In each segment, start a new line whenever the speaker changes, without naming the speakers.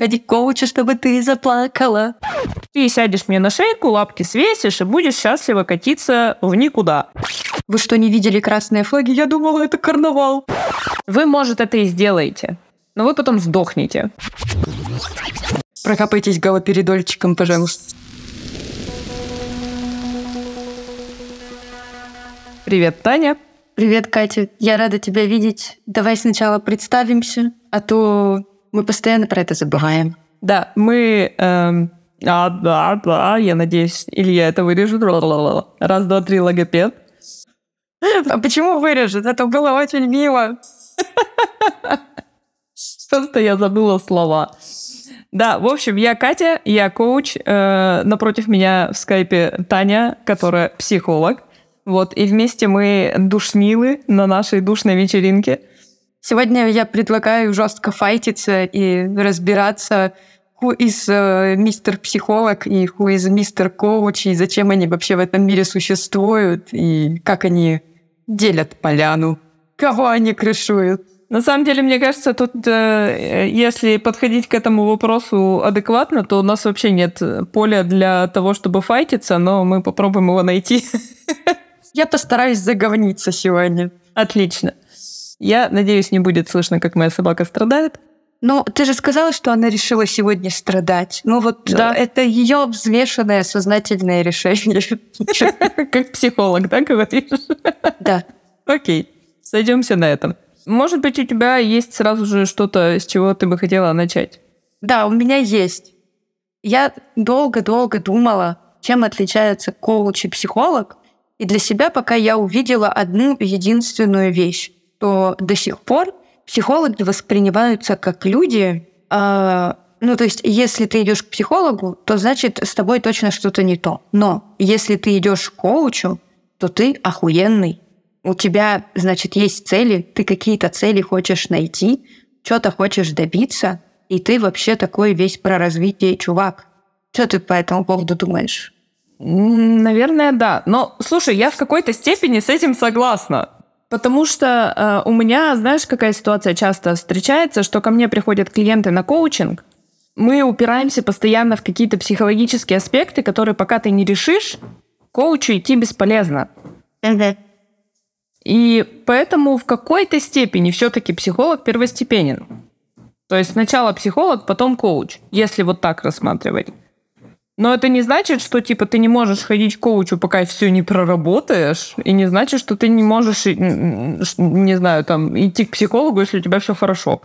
Ради коуча, чтобы ты заплакала.
Ты сядешь мне на шейку, лапки свесишь и будешь счастливо катиться в никуда.
Вы что, не видели красные флаги? Я думала, это карнавал.
Вы, может, это и сделаете, но вы потом сдохнете.
Прокопайтесь галоперидольчиком, пожалуйста.
Привет, Таня.
Привет, Катя. Я рада тебя видеть. Давай сначала представимся, а то мы постоянно про это забываем.
Да, мы... я надеюсь, Илья это вырежет. Раз, два, три, логопед.
А почему вырежет? Это было очень мило.
Просто я забыла слова. Да, в общем, я Катя, я коуч. Напротив меня в скайпе Таня, которая психолог. Вот, и вместе мы душнилы на нашей душной вечеринке.
Сегодня я предлагаю жестко файтиться и разбираться, who is мистер психолог и who is мистер коуч, и зачем они вообще в этом мире существуют, и как они делят поляну, кого они крышуют.
На самом деле, мне кажется, тут, если подходить к этому вопросу адекватно, то у нас вообще нет поля для того, чтобы файтиться, но мы попробуем его найти.
Я постараюсь заговниться сегодня.
Отлично. Я надеюсь, не будет слышно, как моя собака страдает.
Ну, ты же сказала, что она решила сегодня страдать. Ну вот,
да.
Это ее взвешенное сознательное решение.
Как психолог, да, говоришь?
Да.
Окей, сойдемся на этом. Может быть, у тебя есть сразу же что-то, с чего ты бы хотела начать?
Да, у меня есть. Я долго-долго думала, чем отличается коуч и психолог. И для себя пока я увидела одну единственную вещь, что до сих пор психологи воспринимаются как люди. То есть, если ты идешь к психологу, то значит, с тобой точно что-то не то. Но если ты идешь к коучу, то ты охуенный. У тебя, значит, есть цели, ты какие-то цели хочешь найти, что-то хочешь добиться, и ты вообще такой весь про развитие чувак. Что ты по этому поводу думаешь?
Наверное, да. Но, слушай, я в какой-то степени с этим согласна. Потому что у меня, знаешь, какая ситуация часто встречается, что ко мне приходят клиенты на коучинг, мы упираемся постоянно в какие-то психологические аспекты, которые пока ты не решишь, к коучу идти бесполезно. И поэтому в какой-то степени все-таки психолог первостепенен. То есть сначала психолог, потом коуч, если вот так рассматривать. Но это не значит, что типа ты не можешь ходить к коучу, пока все не проработаешь, и не значит, что ты не можешь, не знаю, там, идти к психологу, если у тебя все хорошо.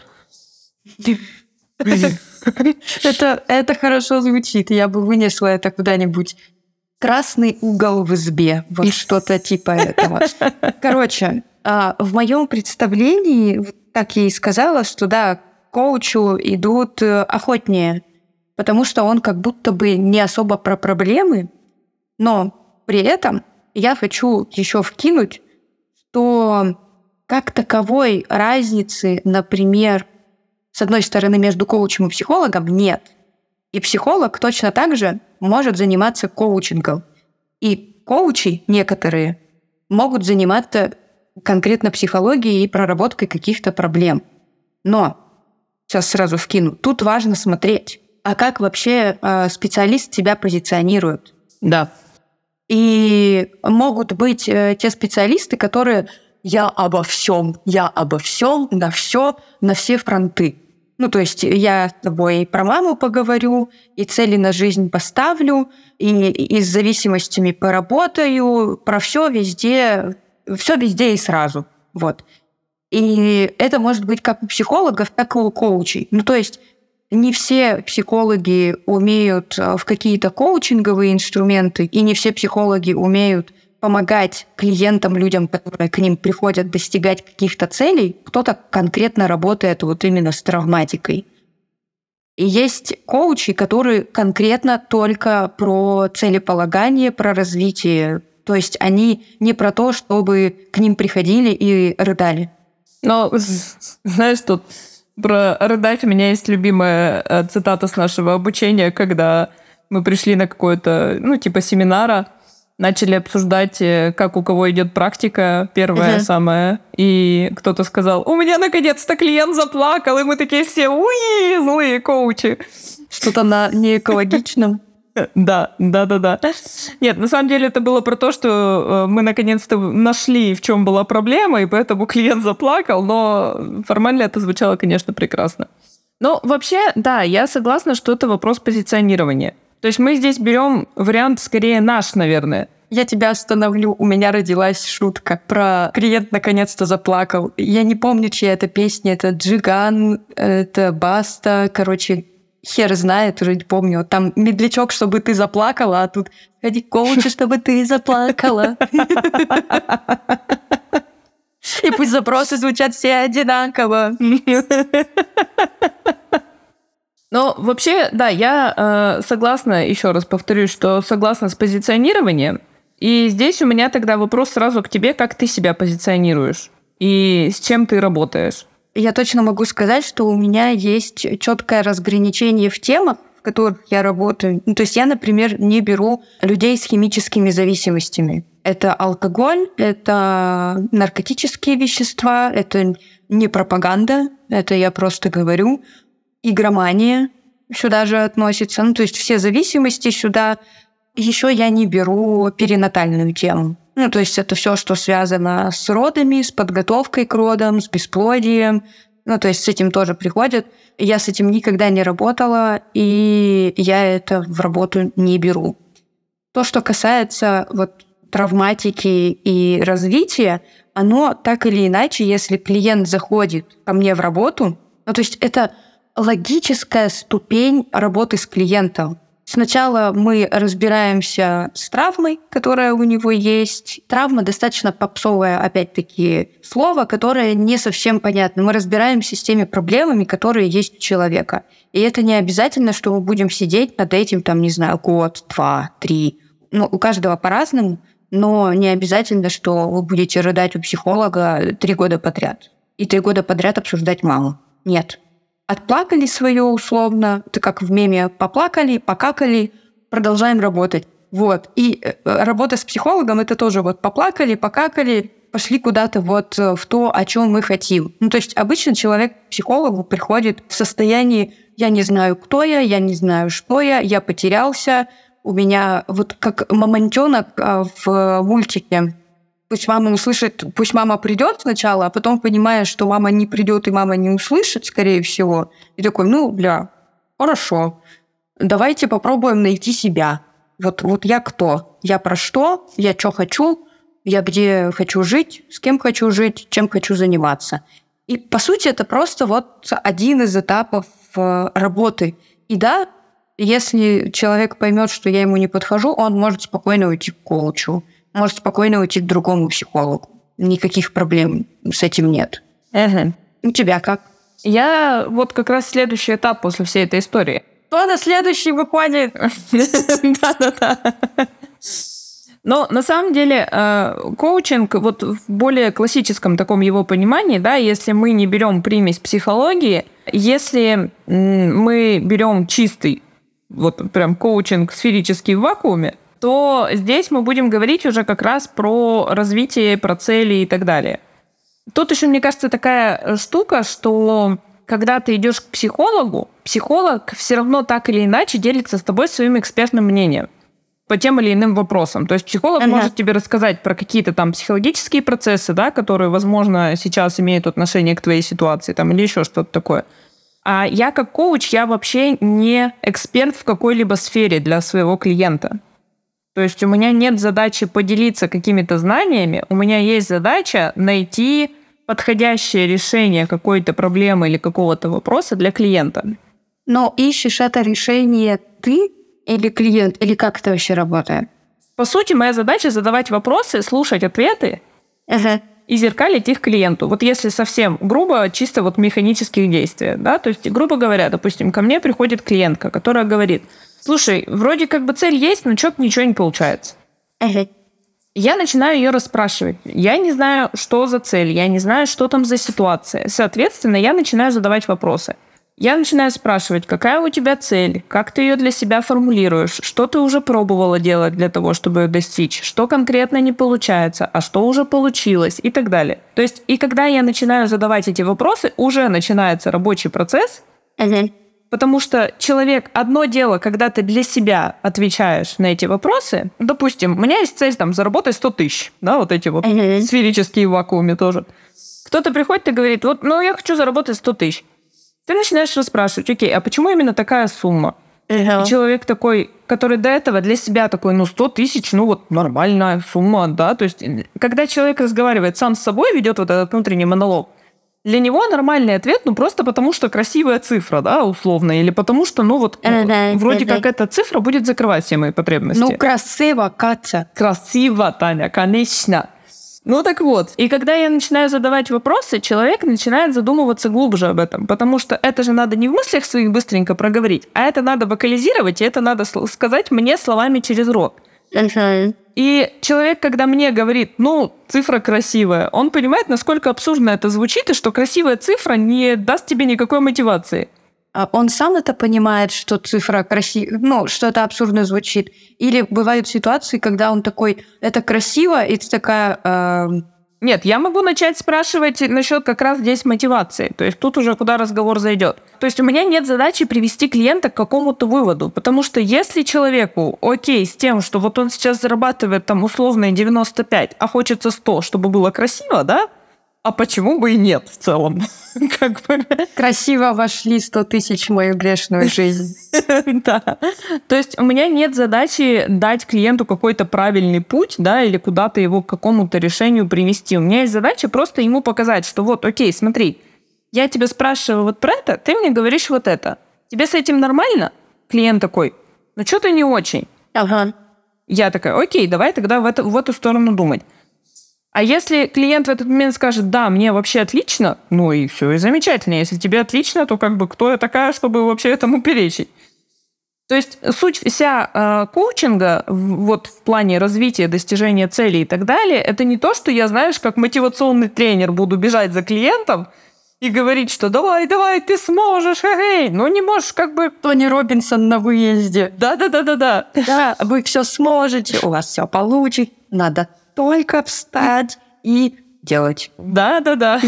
Это хорошо звучит. Я бы вынесла это куда-нибудь. Красный угол в избе. Вот что-то типа этого. Короче, в моем представлении, так я и сказала, что да, к коучу идут охотнее, потому что он как будто бы не особо про проблемы, но при этом я хочу еще вкинуть, что как таковой разницы, например, с одной стороны, между коучем и психологом нет. И психолог точно так же может заниматься коучингом. И коучи некоторые могут заниматься конкретно психологией и проработкой каких-то проблем. Но, сейчас сразу вкину, тут важно смотреть, а как вообще специалист себя позиционирует.
Да.
И могут быть те специалисты, которые я обо всем, на все фронты. Ну, то есть я с тобой и про маму поговорю, и цели на жизнь поставлю, и с зависимостями поработаю, про все везде и сразу. Вот. И это может быть как у психологов, так и у коучей. Ну, то есть не все психологи умеют в какие-то коучинговые инструменты, и не все психологи умеют помогать клиентам, людям, которые к ним приходят, достигать каких-то целей. Кто-то конкретно работает вот именно с травматикой. И есть коучи, которые конкретно только про целеполагание, про развитие. То есть они не про то, чтобы к ним приходили и рыдали.
Но, знаешь, тут про рыдать у меня есть любимая цитата с нашего обучения, когда мы пришли на какое-то, типа семинара, начали обсуждать, как у кого идет практика, первая самая, и кто-то сказал, у меня наконец-то клиент заплакал, и мы такие все, уи, злые коучи.
Что-то на неэкологичном.
Да. Нет, на самом деле это было про то, что мы наконец-то нашли, в чем была проблема, и поэтому клиент заплакал, но формально это звучало, конечно, прекрасно. Но вообще, да, я согласна, что это вопрос позиционирования. То есть мы здесь берем вариант скорее наш, наверное.
Я тебя остановлю. У меня родилась шутка про «клиент наконец-то заплакал». Я не помню, чья это песня. Это Джиган, это Баста. Короче, хер знает, уже не помню. Там медлячок, чтобы ты заплакала, а тут «ходи к коучу, чтобы ты заплакала». И пусть запросы звучат все одинаково.
Но вообще, да, я согласна, еще раз повторюсь, что согласна с позиционированием. И здесь у меня тогда вопрос сразу к тебе, как ты себя позиционируешь и с чем ты работаешь.
Я точно могу сказать, что у меня есть четкое разграничение в темах, в которых я работаю. То есть я, например, не беру людей с химическими зависимостями. Это алкоголь, это наркотические вещества, это не пропаганда, это я просто говорю. Игромания сюда же относится. То есть все зависимости сюда. Еще я не беру перинатальную тему. То есть это все, что связано с родами, с подготовкой к родам, с бесплодием. То есть с этим тоже приходят. Я с этим никогда не работала, и я это в работу не беру. То, что касается травматики и развития, оно так или иначе, если клиент заходит ко мне в работу, то есть это логическая ступень работы с клиентом. Сначала мы разбираемся с травмой, которая у него есть. Травма достаточно попсовое, опять-таки, слово, которое не совсем понятно. Мы разбираемся с теми проблемами, которые есть у человека. И это не обязательно, что мы будем сидеть над этим, год, 2, 3. У каждого по-разному, но не обязательно, что вы будете рыдать у психолога 3 года подряд. И 3 года подряд обсуждать маму. Нет. Отплакали свое условно, это как в меме, поплакали, покакали, продолжаем работать. И работа с психологом — это тоже поплакали, покакали, пошли куда-то в то, о чем мы хотим. То есть обычно человек к психологу приходит в состоянии «я не знаю, кто я не знаю, что я потерялся». У меня как мамонтенок в мультике. Пусть мама услышит, пусть мама придет сначала, а потом понимаешь, что мама не придет и мама не услышит, скорее всего. И такой, хорошо, давайте попробуем найти себя. Я кто? Я про что? Я что хочу? Я где хочу жить? С кем хочу жить? Чем хочу заниматься? И, по сути, это просто один из этапов работы. И да, если человек поймет, что я ему не подхожу, он может спокойно уйти к коучу. Может спокойно уйти к другому психологу. Никаких проблем с этим нет. У тебя как?
Я как раз следующий этап после всей этой истории.
Кто на следующий выходит?
Да. Но на самом деле коучинг в более классическом таком его понимании, да, если мы не берем примесь психологии, если мы берем чистый прям коучинг сферический в вакууме, то здесь мы будем говорить уже как раз про развитие, про цели и так далее. Тут еще, мне кажется, такая штука, что когда ты идешь к психологу, психолог все равно так или иначе делится с тобой своим экспертным мнением по тем или иным вопросам. То есть психолог может тебе рассказать про какие-то там психологические процессы, да, которые, возможно, сейчас имеют отношение к твоей ситуации или еще что-то такое. А я как коуч, я вообще не эксперт в какой-либо сфере для своего клиента. То есть у меня нет задачи поделиться какими-то знаниями, у меня есть задача найти подходящее решение какой-то проблемы или какого-то вопроса для клиента.
Но ищешь это решение ты или клиент, или как это вообще работает?
По сути, моя задача задавать вопросы, слушать ответы и зеркалить их клиенту. Если совсем грубо, чисто механических действий. Да? То есть, грубо говоря, допустим, ко мне приходит клиентка, которая говорит: слушай, вроде цель есть, но что-то ничего не получается. Я начинаю ее расспрашивать. Я не знаю, что за цель, я не знаю, что там за ситуация. Соответственно, я начинаю задавать вопросы. Я начинаю спрашивать, какая у тебя цель, как ты ее для себя формулируешь, что ты уже пробовала делать для того, чтобы ее достичь, что конкретно не получается, а что уже получилось и так далее. То есть, и когда я начинаю задавать эти вопросы, уже начинается рабочий процесс, потому что человек, одно дело, когда ты для себя отвечаешь на эти вопросы, допустим, у меня есть цель там заработать 100 тысяч, да, вот эти вот сферические в вакууме тоже. Кто-то приходит и говорит, вот, ну, я хочу заработать 100 тысяч. Ты начинаешь расспрашивать, окей, а почему именно такая сумма? И человек такой, который до этого для себя такой, ну, 100 тысяч, ну, вот нормальная сумма, да, то есть, когда человек разговаривает сам с собой, ведет вот этот внутренний монолог, для него нормальный ответ, ну, просто потому что красивая цифра, да, условно, или потому что, ну, вот, вроде как эта цифра будет закрывать все мои потребности.
Ну, красиво, Катя.
Красиво, Таня, конечно. Ну так вот, и когда я начинаю задавать вопросы, человек начинает задумываться глубже об этом, потому что это же надо не в мыслях своих быстренько проговорить, а это надо вокализировать, и это надо сказать мне словами через рот. И человек, когда мне говорит, ну, цифра красивая, он понимает, насколько абсурдно это звучит, и что красивая цифра не даст тебе никакой мотивации.
А он сам это понимает, что цифра красивая, ну, что это абсурдно звучит? Или бывают ситуации, когда он такой, это красиво, и ты такая...
Нет, я могу начать спрашивать насчет как раз здесь мотивации. То есть тут уже куда разговор зайдет. То есть у меня нет задачи привести клиента к какому-то выводу. Потому что если человеку окей с тем, что вот он сейчас зарабатывает там условные 95, а хочется 100, чтобы было красиво, да? А почему бы и нет в целом? Как бы.
Красиво вошли 100 тысяч в мою грешную жизнь.
Да. То есть у меня нет задачи дать клиенту какой-то правильный путь, да, или куда-то его к какому-то решению привести. У меня есть задача просто ему показать, что вот, окей, смотри, я тебя спрашиваю вот про это, ты мне говоришь вот это. Тебе с этим нормально? Клиент такой, ну что-то не очень.
Ага.
Я такая, окей, давай тогда в эту сторону думать. А если клиент в этот момент скажет, да, мне вообще отлично, ну и все, и замечательно. Если тебе отлично, то как бы кто я такая, чтобы вообще этому перечить? То есть суть вся коучинга вот в плане развития, достижения целей и так далее, это не то, что я, знаешь, как мотивационный тренер буду бежать за клиентом и говорить, что давай, ты сможешь, эй, ну не можешь как бы...
Тони Робинсон на выезде.
Да.
Да, вы все сможете, у вас все получится. Надо только встать и делать.
Да.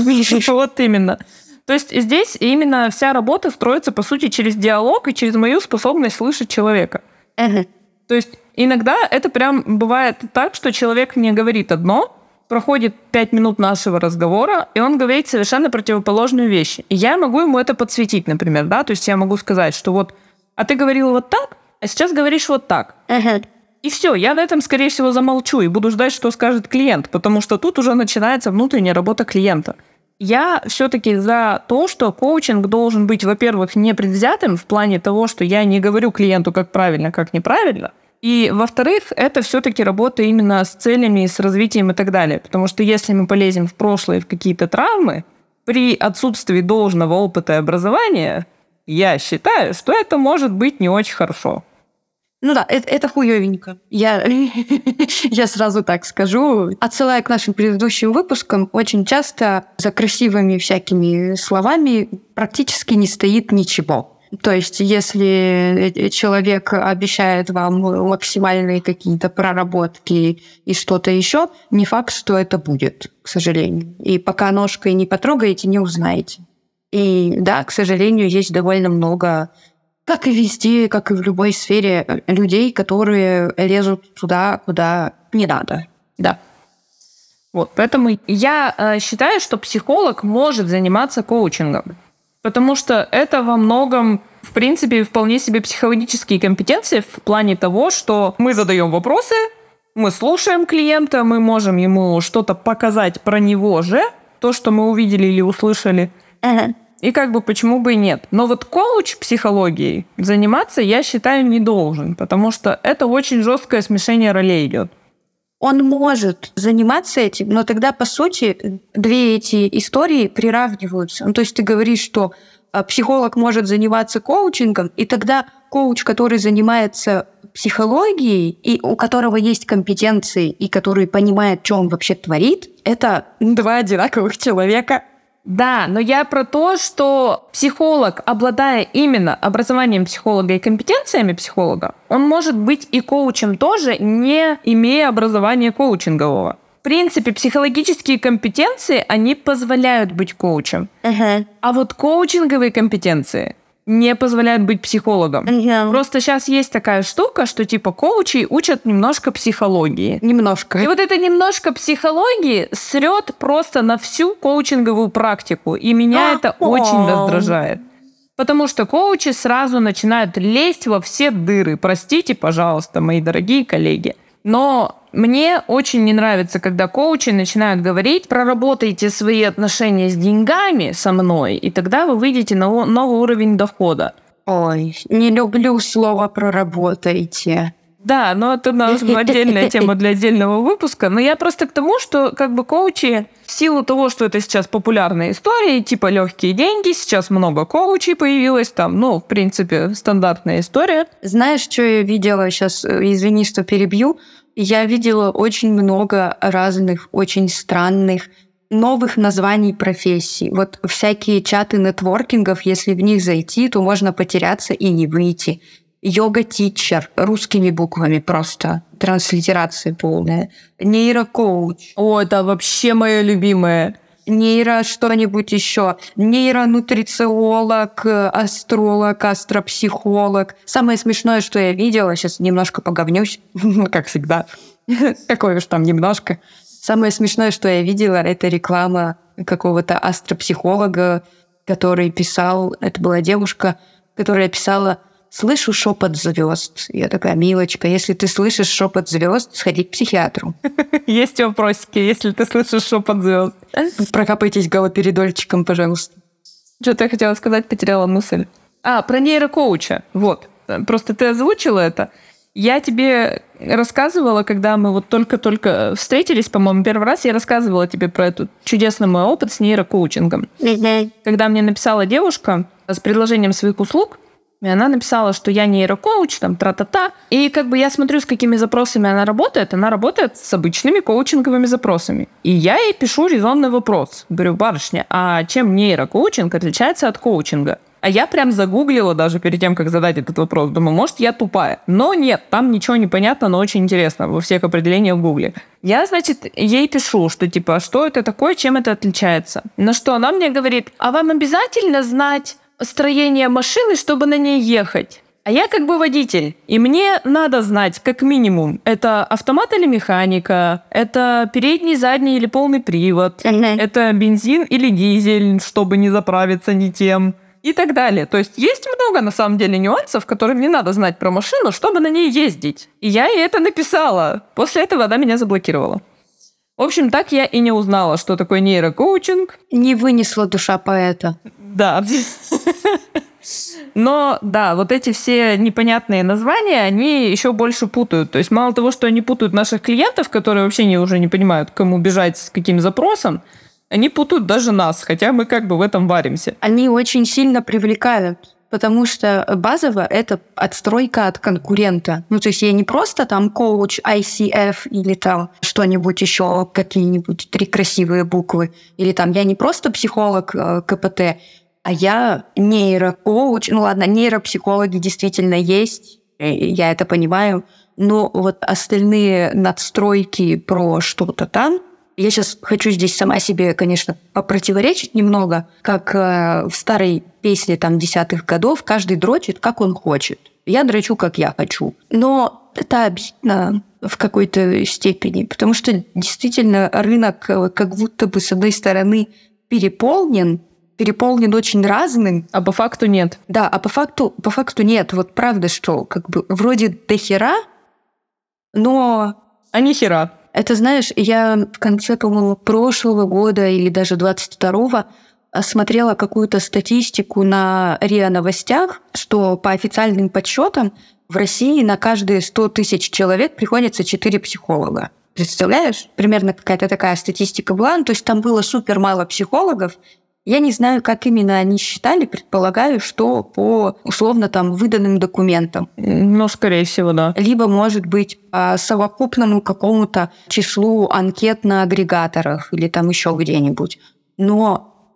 Вот именно. То есть здесь именно вся работа строится, по сути, через диалог и через мою способность слышать человека. То есть иногда это прям бывает так, что человек мне говорит одно, проходит 5 минут нашего разговора, и он говорит совершенно противоположную вещь. И я могу ему это подсветить, например, да, то есть я могу сказать, что вот, а ты говорил вот так, а сейчас говоришь вот так. И все, я на этом, скорее всего, замолчу и буду ждать, что скажет клиент, потому что тут уже начинается внутренняя работа клиента. Я все-таки за то, что коучинг должен быть, во-первых, непредвзятым в плане того, что я не говорю клиенту, как правильно, как неправильно. И, во-вторых, это все-таки работа именно с целями, с развитием и так далее. Потому что если мы полезем в прошлое, в какие-то травмы, при отсутствии должного опыта и образования, я считаю, что это может быть не очень хорошо.
Ну да, это хуёвенько. Я сразу так скажу. Отсылая к нашим предыдущим выпускам, очень часто за красивыми всякими словами практически не стоит ничего. То есть, если человек обещает вам максимальные какие-то проработки и что-то еще, не факт, что это будет, к сожалению. И пока ножкой не потрогаете, не узнаете. И да, к сожалению, есть довольно много, как и везде, как и в любой сфере, людей, которые лезут туда, куда не надо. Да.
Вот, поэтому я считаю, что психолог может заниматься коучингом. Потому что это во многом, в принципе, вполне себе психологические компетенции в плане того, что мы задаем вопросы, мы слушаем клиента, мы можем ему что-то показать про него же, то, что мы увидели или услышали. И как бы почему бы и нет. Но вот коуч психологией заниматься, я считаю, не должен, потому что это очень жесткое смешение ролей идет.
Он может заниматься этим, но тогда, по сути, две эти истории приравниваются. Ну, то есть ты говоришь, что психолог может заниматься коучингом, и тогда коуч, который занимается психологией, и у которого есть компетенции, и который понимает, что он вообще творит, это два одинаковых человека.
Да, но я про то, что психолог, обладая именно образованием психолога и компетенциями психолога, он может быть и коучем тоже, не имея образования коучингового. В принципе, психологические компетенции, они позволяют быть коучем. А вот коучинговые компетенции не позволяют быть психологом. Просто сейчас есть такая штука, что типа коучи учат немножко психологии.
Немножко.
И вот это немножко психологии срет просто на всю коучинговую практику. И меня это очень раздражает. Потому что коучи сразу начинают лезть во все дыры. Простите, пожалуйста, мои дорогие коллеги. Но мне очень не нравится, когда коучи начинают говорить: проработайте свои отношения с деньгами со мной, и тогда вы выйдете на новый уровень дохода.
Ой, не люблю слово «проработайте».
Да, но это отдельная тема для отдельного выпуска. Но я просто к тому, что как бы коучи, в силу того, что это сейчас популярная история, типа легкие деньги, сейчас много коучей появилось, там, в принципе, стандартная история.
Знаешь, что я видела сейчас? Извини, что перебью. Я видела очень много разных, очень странных новых названий профессий. Вот всякие чаты нетворкингов, если в них зайти, то можно потеряться и не выйти. Йога-тичер, русскими буквами просто, транслитерация полная. Нейрокоуч.
О, это вообще моя любимая.
Нейро что-нибудь еще. Нейронутрициолог, астролог, астропсихолог. Самое смешное, что я видела, сейчас немножко поговнюсь, как всегда. Какое уж там немножко. Самое смешное, что я видела, это реклама какого-то астропсихолога, который писал, это была девушка, которая писала: «Слышу шепот звезд». Я такая: милочка, если ты слышишь шепот звезд, сходи к психиатру.
Есть вопросики, если ты слышишь шепот звезд.
Прокапайтесь галоперидольчиком, пожалуйста.
Что-то я хотела сказать, потеряла мысль. Про нейрокоуча. Вот. Просто ты озвучила это. Я тебе рассказывала, когда мы вот только-только встретились, по-моему, первый раз, я рассказывала тебе про этот чудесный мой опыт с нейрокоучингом. Когда мне написала девушка с предложением своих услуг, и она написала, что я нейрокоуч, там, тра-та-та. И как бы я смотрю, с какими запросами она работает. Она работает с обычными коучинговыми запросами. И я ей пишу резонный вопрос. Говорю: барышня, а чем нейрокоучинг отличается от коучинга? А я прям загуглила даже перед тем, как задать этот вопрос. Думаю, может, я тупая. Но нет, там ничего не понятно, но очень интересно во всех определениях в Гугле. Я, значит, ей пишу, что типа, что это такое, чем это отличается. На что она мне говорит: а вам обязательно знать строение машины, чтобы на ней ехать? А я как бы водитель, и мне надо знать, как минимум, это автомат или механика, это передний, задний или полный привод, это бензин или дизель, чтобы не заправиться не тем, и так далее. То есть есть много, на самом деле, нюансов, которые мне надо знать про машину, чтобы на ней ездить. И я ей это написала. После этого она меня заблокировала. В общем, так я и не узнала, что такое нейрокоучинг.
Не вынесла душа поэта.
Да. Но, да, вот эти все непонятные названия, они еще больше путают. То есть мало того, что они путают наших клиентов, которые вообще уже не понимают, к кому бежать, с каким запросом, они путают даже нас, хотя мы как бы в этом варимся.
Они очень сильно привлекают, потому что базово это отстройка от конкурента. То есть я не просто там коуч ICF или там что-нибудь еще, какие-нибудь 3 красивые буквы, или там я не просто психолог КПТ, а я нейрокоуч. Ладно, нейропсихологи действительно есть, я это понимаю, но вот остальные надстройки про что-то там, я сейчас хочу здесь сама себе, конечно, попротиворечить немного, как в старой песне там 10-х годов: каждый дрочит, как он хочет. Я дрочу, как я хочу. Но это обидно в какой-то степени, потому что действительно рынок как будто бы с одной стороны переполнен очень разным.
А по факту нет.
Да, а по факту нет. Вот правда, что как бы вроде дохера, но...
А ни хера.
Это, знаешь, я в конце, по-моему, прошлого года или даже 22-го смотрела какую-то статистику на РИА Новостях, что по официальным подсчетам в России на каждые 100 тысяч человек приходится 4 психолога. Представляешь? Примерно какая-то такая статистика была. То есть там было супер мало психологов. Я не знаю, как именно они считали, предполагаю, что по условно там выданным документам.
Ну, скорее всего, да.
Либо, может быть, по совокупному какому-то числу анкет на агрегаторах или там еще где-нибудь. Но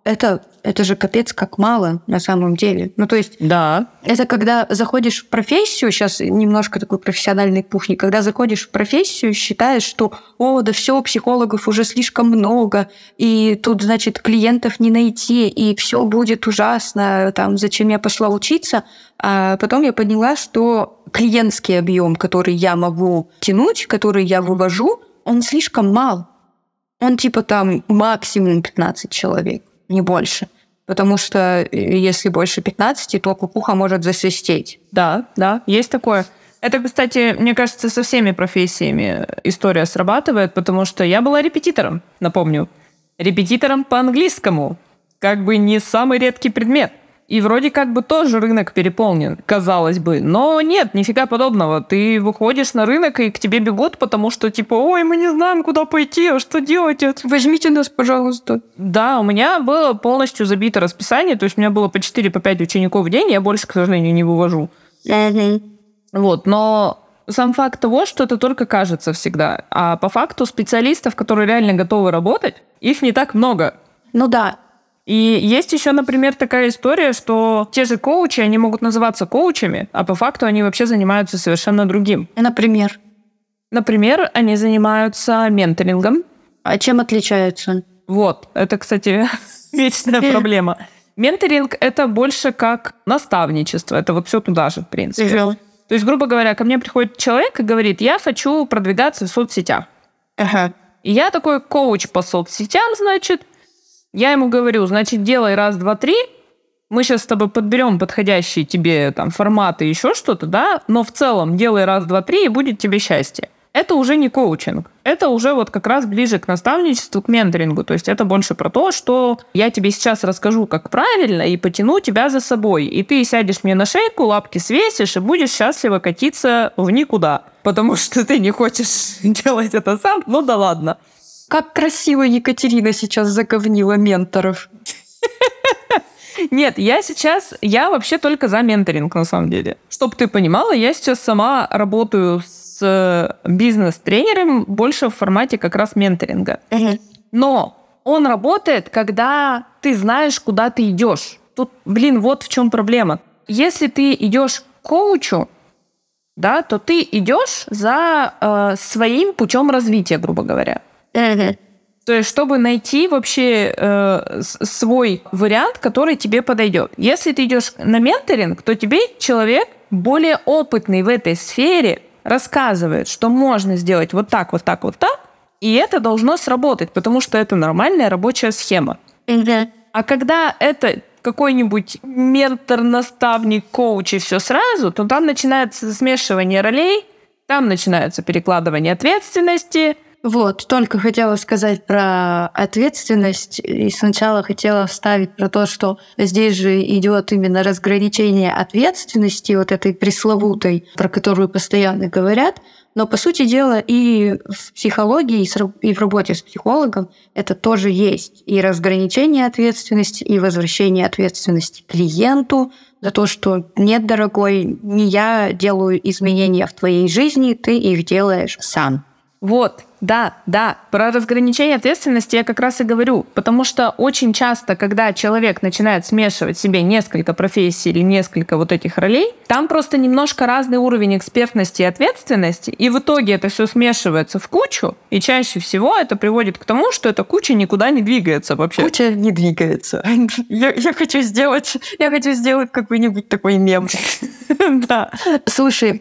это же капец как мало на самом деле. Ну, то есть
Да.
это когда заходишь в профессию, сейчас немножко такой профессиональный пухни, когда заходишь в профессию, считаешь, что да все, психологов уже слишком много, и тут, значит, клиентов не найти, и все будет ужасно, там, зачем я пошла учиться. А потом я поняла, что клиентский объем, который я могу тянуть, который я вывожу, он слишком мал. Он типа там максимум 15 человек, не больше. Потому что если больше 15, то кукуха может засвистеть.
Да, есть такое. Это, кстати, мне кажется, со всеми профессиями история срабатывает, потому что я была репетитором, напомню. Репетитором по английскому. Как бы не самый редкий предмет. И вроде как бы тоже рынок переполнен, казалось бы. Но нет, нифига подобного. Ты выходишь на рынок, и к тебе бегут, потому что типа, ой, мы не знаем, куда пойти, а что делать?
Возьмите нас, пожалуйста.
Да, у меня было полностью забито расписание, то есть у меня было по 4-5 учеников в день, я больше, к сожалению, не вывожу. Вот, но сам факт того, что это только кажется всегда. А по факту специалистов, которые реально готовы работать, их не так много.
Ну да.
И есть еще, например, такая история, что те же коучи, они могут называться коучами, а по факту они вообще занимаются совершенно другим.
Например?
Например, они занимаются менторингом.
А чем отличаются?
Вот, это, кстати, вечная проблема. Менторинг — это больше как наставничество, это вот все туда же, в принципе. То есть, грубо говоря, ко мне приходит человек и говорит, я хочу продвигаться в соцсетях. И я такой коуч по соцсетям, значит. Я ему говорю, значит, делай раз, два, три. Мы сейчас с тобой подберем подходящие тебе там форматы, еще что-то, да? Но в целом делай раз, два, три, и будет тебе счастье. Это уже не коучинг. Это уже вот как раз ближе к наставничеству, к менторингу. То есть это больше про то, что я тебе сейчас расскажу, как правильно, и потяну тебя за собой. И ты сядешь мне на шейку, лапки свесишь, и будешь счастливо катиться в никуда. Потому что ты не хочешь делать это сам. Ну да ладно.
Как красиво Екатерина сейчас заговнила менторов.
Нет, я вообще только за менторинг, на самом деле. Чтоб ты понимала, я сейчас сама работаю с бизнес-тренером больше в формате как раз менторинга. Но он работает, когда ты знаешь, куда ты идешь. Тут, вот в чем проблема. Если ты идешь к коучу, да, то ты идешь за своим путем развития, грубо говоря. То есть, чтобы найти вообще свой вариант, который тебе подойдет. Если ты идешь на менторинг, то тебе человек, более опытный в этой сфере, рассказывает, что можно сделать вот так, вот так, вот так, и это должно сработать, потому что это нормальная рабочая схема. А когда это какой-нибудь ментор, наставник, коуч и все сразу, то там начинается смешивание ролей, там начинается перекладывание ответственности.
Вот, только хотела сказать про ответственность, и сначала хотела вставить про то, что здесь же идет именно разграничение ответственности, вот этой пресловутой, про которую постоянно говорят, но, по сути дела, и в психологии, и в работе с психологом это тоже есть. И разграничение ответственности, и возвращение ответственности клиенту за то, что нет, дорогой, не я делаю изменения в твоей жизни, ты их делаешь сам.
Вот, да, про разграничение ответственности я как раз и говорю, потому что очень часто, когда человек начинает смешивать в себе несколько профессий или несколько вот этих ролей, там просто немножко разный уровень экспертности и ответственности, и в итоге это все смешивается в кучу, и чаще всего это приводит к тому, что эта куча никуда не двигается вообще.
Куча не двигается. Я хочу сделать какой-нибудь такой мем.
Да.
Слушай,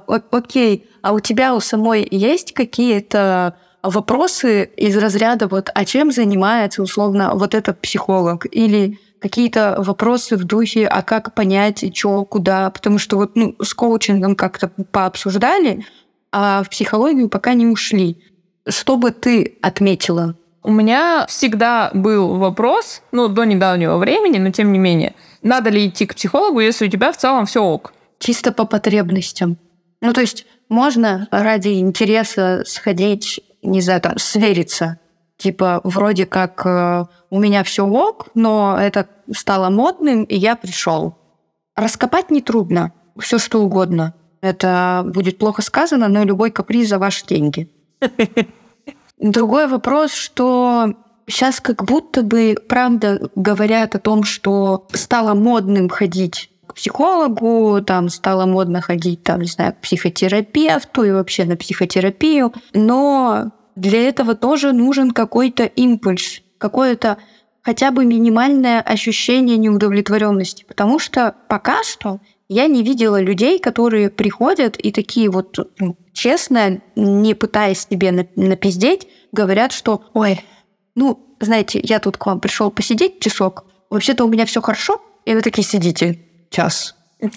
окей, а у тебя у самой есть какие-то вопросы из разряда вот, а чем занимается условно вот этот психолог? Или какие-то вопросы в духе, а как понять, что, куда? Потому что вот с коучингом как-то пообсуждали, а в психологию пока не ушли. Что бы ты отметила?
У меня всегда был вопрос, до недавнего времени, но тем не менее, надо ли идти к психологу, если у тебя в целом все ок?
Чисто по потребностям. То есть можно ради интереса сходить, не знаю, там, свериться. Типа, вроде как у меня все ок, но это стало модным, и я пришел. Раскопать нетрудно, все что угодно. Это будет плохо сказано, но любой каприз за ваши деньги. Другой вопрос, что Сейчас как будто бы, правда, говорят о том, что стало модным ходить к психологу, там стало модно ходить, там, не знаю, к психотерапевту и вообще на психотерапию, но для этого тоже нужен какой-то импульс, какое-то хотя бы минимальное ощущение неудовлетворенности, потому что пока что я не видела людей, которые приходят и такие вот честно, не пытаясь себе напиздеть, говорят, что «Ой, знаете, я тут к вам пришел посидеть часок, вообще-то у меня все хорошо», и вы такие сидите час.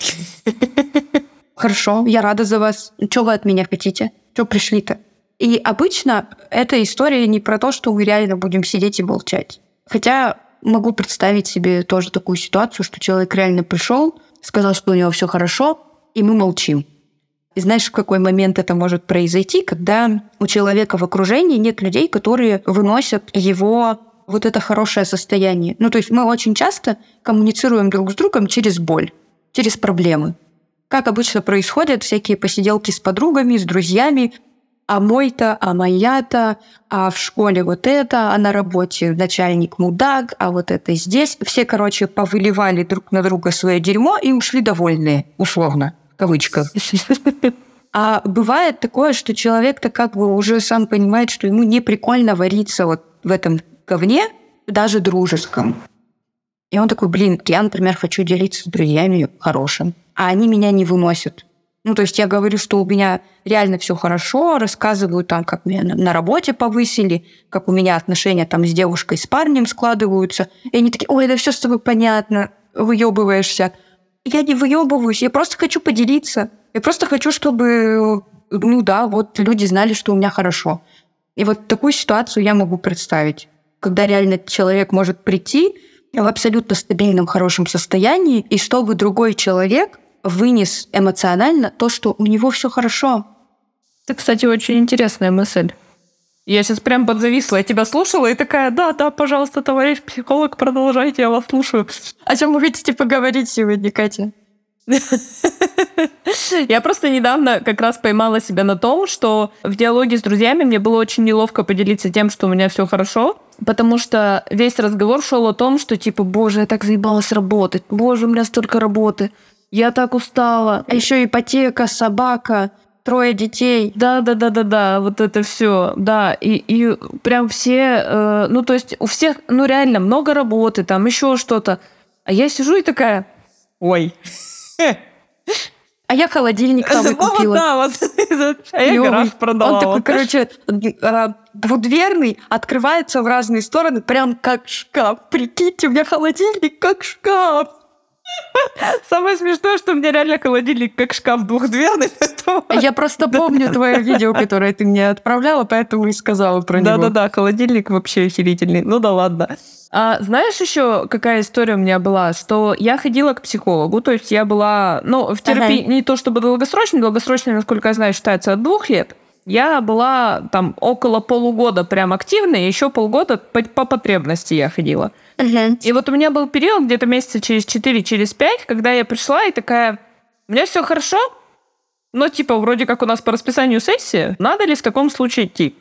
Хорошо, я рада за вас. Что вы от меня хотите? Что пришли-то? И обычно эта история не про то, что мы реально будем сидеть и молчать. Хотя могу представить себе тоже такую ситуацию, что человек реально пришел, сказал, что у него все хорошо, и мы молчим. И знаешь, в какой момент это может произойти, когда у человека в окружении нет людей, которые выносят его вот это хорошее состояние. То есть мы очень часто коммуницируем друг с другом через боль, через проблемы. Как обычно происходят всякие посиделки с подругами, с друзьями, а мой-то, а моя-то, а в школе вот это, а на работе начальник мудак, а вот это здесь. Все, повыливали друг на друга свое дерьмо и ушли довольные, условно, в кавычках. А бывает такое, что человек-то уже сам понимает, что ему не прикольно вариться вот в этом говне, даже дружеском. И он такой, я, например, хочу делиться с друзьями хорошим, а они меня не выносят. То есть я говорю, что у меня реально все хорошо, рассказываю там, как меня на работе повысили, как у меня отношения там с девушкой, с парнем складываются. И они такие: ой, да все с тобой понятно, выебываешься. Я не выебываюсь, я просто хочу поделиться. Я просто хочу, чтобы, люди знали, что у меня хорошо. И вот такую ситуацию я могу представить, когда реально человек может прийти в абсолютно стабильном, хорошем состоянии, и чтобы другой человек вынес эмоционально то, что у него все хорошо.
Это, кстати, очень интересная мысль. Я сейчас прям подзависла, я тебя слушала и такая: да, пожалуйста, товарищ психолог, продолжайте, я вас слушаю.
О чем вы хотите поговорить сегодня, Катя?
Я просто недавно как раз поймала себя на том, что в диалоге с друзьями мне было очень неловко поделиться тем, что у меня все хорошо, потому что весь разговор шел о том, что боже, я так заебалась работать, боже, у меня столько работы, я так устала.
А еще ипотека, собака, 3 детей.
Да, вот это все, да. И прям все, то есть у всех, реально много работы, там еще что-то. А я сижу и такая: ой.
А я холодильник новый купила.
Да, вот. А я гараж продала.
Он такой, двудверный, открывается в разные стороны, прям как шкаф. Прикиньте, у меня холодильник как шкаф.
Самое смешное, что у меня реально холодильник как шкаф двухдверный.
Я просто помню твое видео, которое ты мне отправляла, поэтому и сказала про него.
Да, холодильник вообще охерительный. Да ладно. А знаешь еще, какая история у меня была? Что я ходила к психологу, то есть я была, в терапии не то чтобы долгосрочной, насколько я знаю, считается от 2 лет. Я была там около полугода прям активной, еще полгода по потребности я ходила. И вот у меня был период где-то месяца через 4, через 5, когда я пришла и такая: у меня все хорошо, но вроде как у нас по расписанию сессия, надо ли в таком случае идти?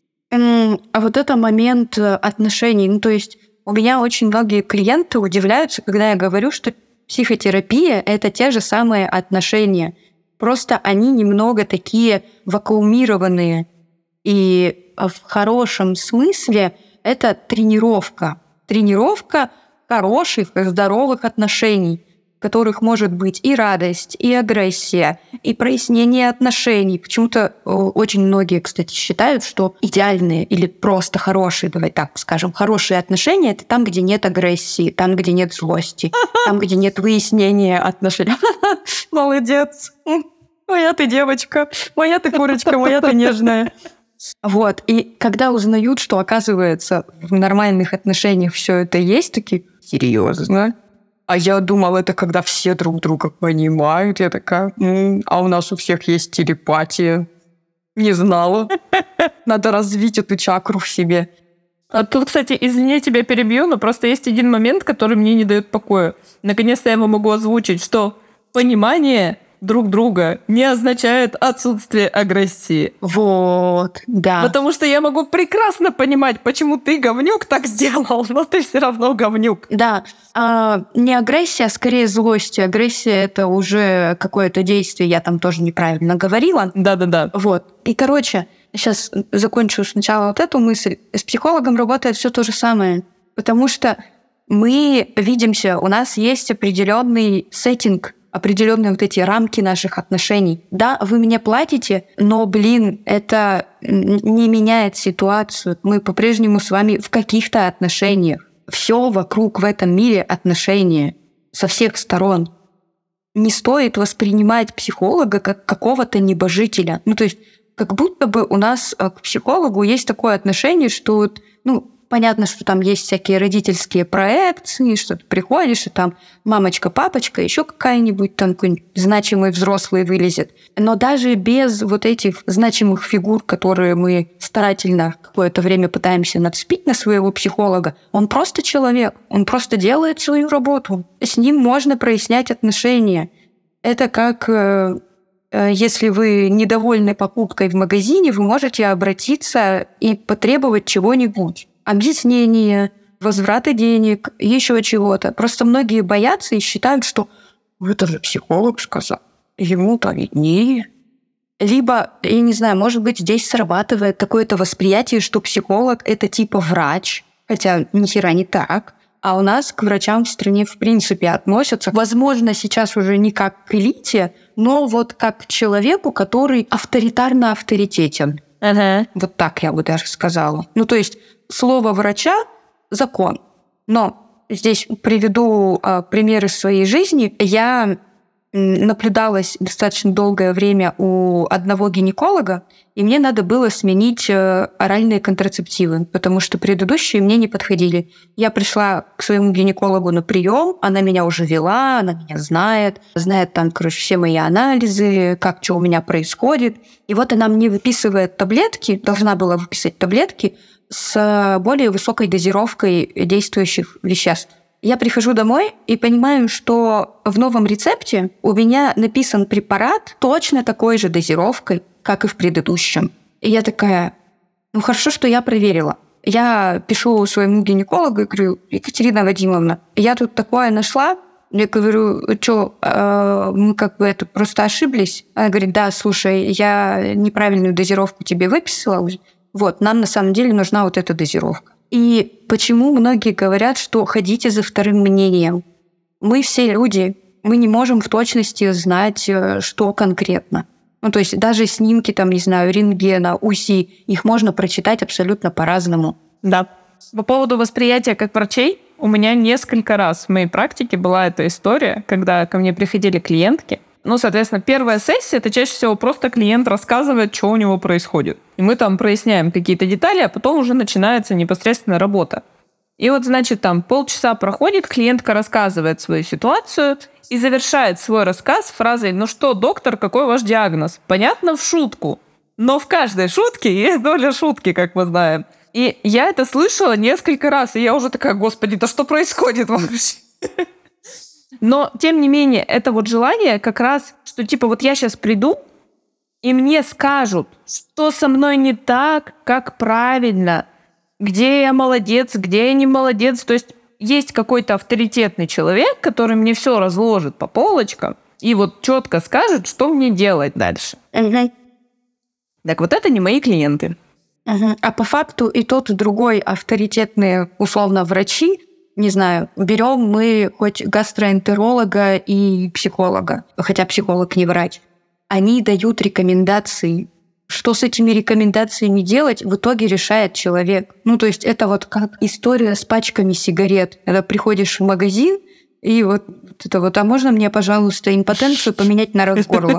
А вот это момент отношений, то есть у меня очень многие клиенты удивляются, когда я говорю, что психотерапия — это те же самые отношения. Просто они немного такие вакуумированные. И в хорошем смысле это тренировка. Тренировка хороших, здоровых отношений, в которых может быть и радость, и агрессия, и прояснение отношений. Почему-то очень многие, кстати, считают, что идеальные или просто хорошие, давай так скажем, хорошие отношения — это там, где нет агрессии, там, где нет злости, там, где нет выяснения отношений. Молодец! Моя ты девочка, моя ты курочка, моя ты нежная. Вот, и когда узнают, что, оказывается, в нормальных отношениях все это есть, такие: серьезно? А я думала, это когда все друг друга понимают. Я такая: а у нас у всех есть телепатия. Не знала. Надо развить эту чакру в себе.
А тут, кстати, извини, тебя перебью, но просто есть один момент, который мне не дает покоя. Наконец-то я его могу озвучить, что понимание друг друга не означает отсутствие агрессии.
Вот, да.
Потому что я могу прекрасно понимать, почему ты, говнюк, так сделал, но ты все равно говнюк.
Да, не агрессия, а скорее злость. Агрессия — это уже какое-то действие, я там тоже неправильно говорила.
Да-да-да.
Вот. И, короче, сейчас закончу сначала вот эту мысль. С психологом работает все то же самое, потому что мы видимся, у нас есть определенный сеттинг, определенные вот эти рамки наших отношений. Да, вы мне платите, но, это не меняет ситуацию. Мы по-прежнему с вами в каких-то отношениях. Все вокруг в этом мире отношения со всех сторон. Не стоит воспринимать психолога как какого-то небожителя. То есть как будто бы у нас к психологу есть такое отношение, что понятно, что там есть всякие родительские проекции, что ты приходишь, и там мамочка, папочка, еще какая-нибудь там какой-нибудь значимый взрослый вылезет. Но даже без вот этих значимых фигур, которые мы старательно какое-то время пытаемся нацепить на своего психолога, он просто человек, он просто делает свою работу. С ним можно прояснять отношения. Это как если вы недовольны покупкой в магазине, вы можете обратиться и потребовать чего-нибудь. Объяснение, возврата денег, еще чего-то. Просто многие боятся и считают, что это же психолог сказал, ему-то виднее. Либо, я не знаю, может быть, здесь срабатывает какое-то восприятие, что психолог — это типа врач, хотя ни хера не так. А у нас к врачам в стране в принципе относятся, возможно, сейчас уже не как к элите, но вот как к человеку, который авторитарно авторитетен. Вот так я бы даже сказала. То есть слово врача — закон. Но здесь приведу пример из своей жизни. Я наблюдалась достаточно долгое время у одного гинеколога, и мне надо было сменить оральные контрацептивы, потому что предыдущие мне не подходили. Я пришла к своему гинекологу на прием, она меня уже вела, она меня знает там, все мои анализы, как что у меня происходит. И вот она мне выписывает таблетки, должна была выписать таблетки с более высокой дозировкой действующих веществ. Я прихожу домой и понимаю, что в новом рецепте у меня написан препарат точно такой же дозировкой, как и в предыдущем. И я такая, хорошо, что я проверила. Я пишу своему гинекологу и говорю: Екатерина Вадимовна, я тут такое нашла. Я говорю: что, мы это просто ошиблись? Она говорит: да, слушай, я неправильную дозировку тебе выписала. Вот, нам на самом деле нужна вот эта дозировка. И почему многие говорят, что ходите за вторым мнением? Мы все люди, мы не можем в точности знать, что конкретно. То есть даже снимки, рентгена, УЗИ, их можно прочитать абсолютно по-разному.
Да. По поводу восприятия как врачей, у меня несколько раз в моей практике была эта история, когда ко мне приходили клиентки. Соответственно, первая сессия — это чаще всего просто клиент рассказывает, что у него происходит. И мы там проясняем какие-то детали, а потом уже начинается непосредственно работа. И там полчаса проходит, клиентка рассказывает свою ситуацию и завершает свой рассказ фразой: «Ну что, доктор, какой ваш диагноз?» Понятно, в шутку. Но в каждой шутке есть доля шутки, как мы знаем. И я это слышала несколько раз, и я уже такая: господи, да что происходит вообще? Но, тем не менее, это желание как раз, что я сейчас приду, и мне скажут, что со мной не так, как правильно, где я молодец, где я не молодец. То есть какой-то авторитетный человек, который мне все разложит по полочкам и четко скажет, что мне делать дальше. Так это не мои клиенты.
А по факту и тот, и другой авторитетные, условно, врачи, не знаю, берем мы хоть гастроэнтеролога и психолога, хотя психолог не врач, они дают рекомендации. Что с этими рекомендациями делать, в итоге решает человек. То есть это как история с пачками сигарет. Когда приходишь в магазин, и а можно мне, пожалуйста, импотенцию поменять на раз горла?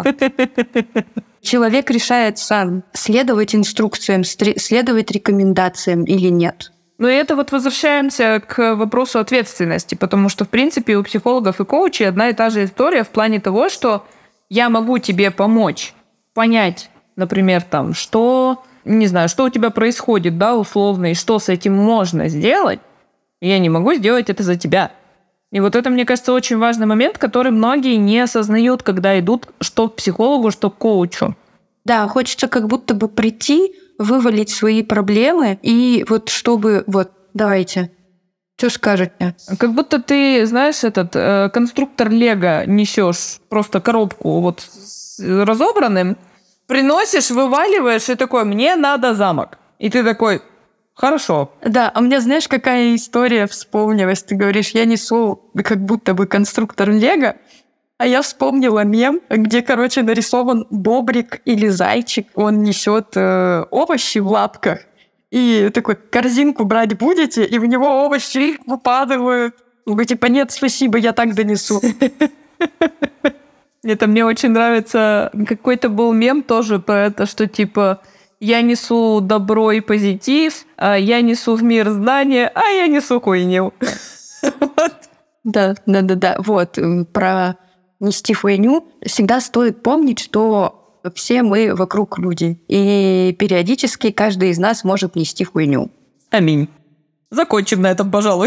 Человек решает сам, следовать инструкциям, следовать рекомендациям или нет.
И это возвращаемся к вопросу ответственности, потому что, в принципе, у психологов и коучей одна и та же история в плане того, что я могу тебе помочь понять, например, что у тебя происходит, условно, и что с этим можно сделать. Я не могу сделать это за тебя. И вот это, мне кажется, очень важный момент, который многие не осознают, когда идут что к психологу, что к коучу.
Да, хочется как будто бы прийти, вывалить свои проблемы, и вот чтобы... Вот, давайте. Что скажете?
Как будто ты, знаешь, этот конструктор Лего несешь просто коробку вот с разобранным, приносишь, вываливаешь, и такой, мне надо замок. И ты такой, хорошо.
Да, а мне, знаешь, какая история вспомнилась? Ты говоришь, я несу как будто бы конструктор Лего, а я вспомнила мем, где, короче, нарисован бобрик или зайчик, он несет овощи в лапках, и такой, корзинку брать будете, и в него овощи выпадают. Вы типа, нет, спасибо, я так донесу.
Это мне очень нравится. Какой-то был мем тоже про это, что типа я несу добро и позитив, я несу в мир знания, а я несу хуйню.
Да. Вот, про нести хуйню всегда стоит помнить, что все мы вокруг люди, и периодически каждый из нас может нести хуйню.
Аминь. Закончим на этом, пожалуй.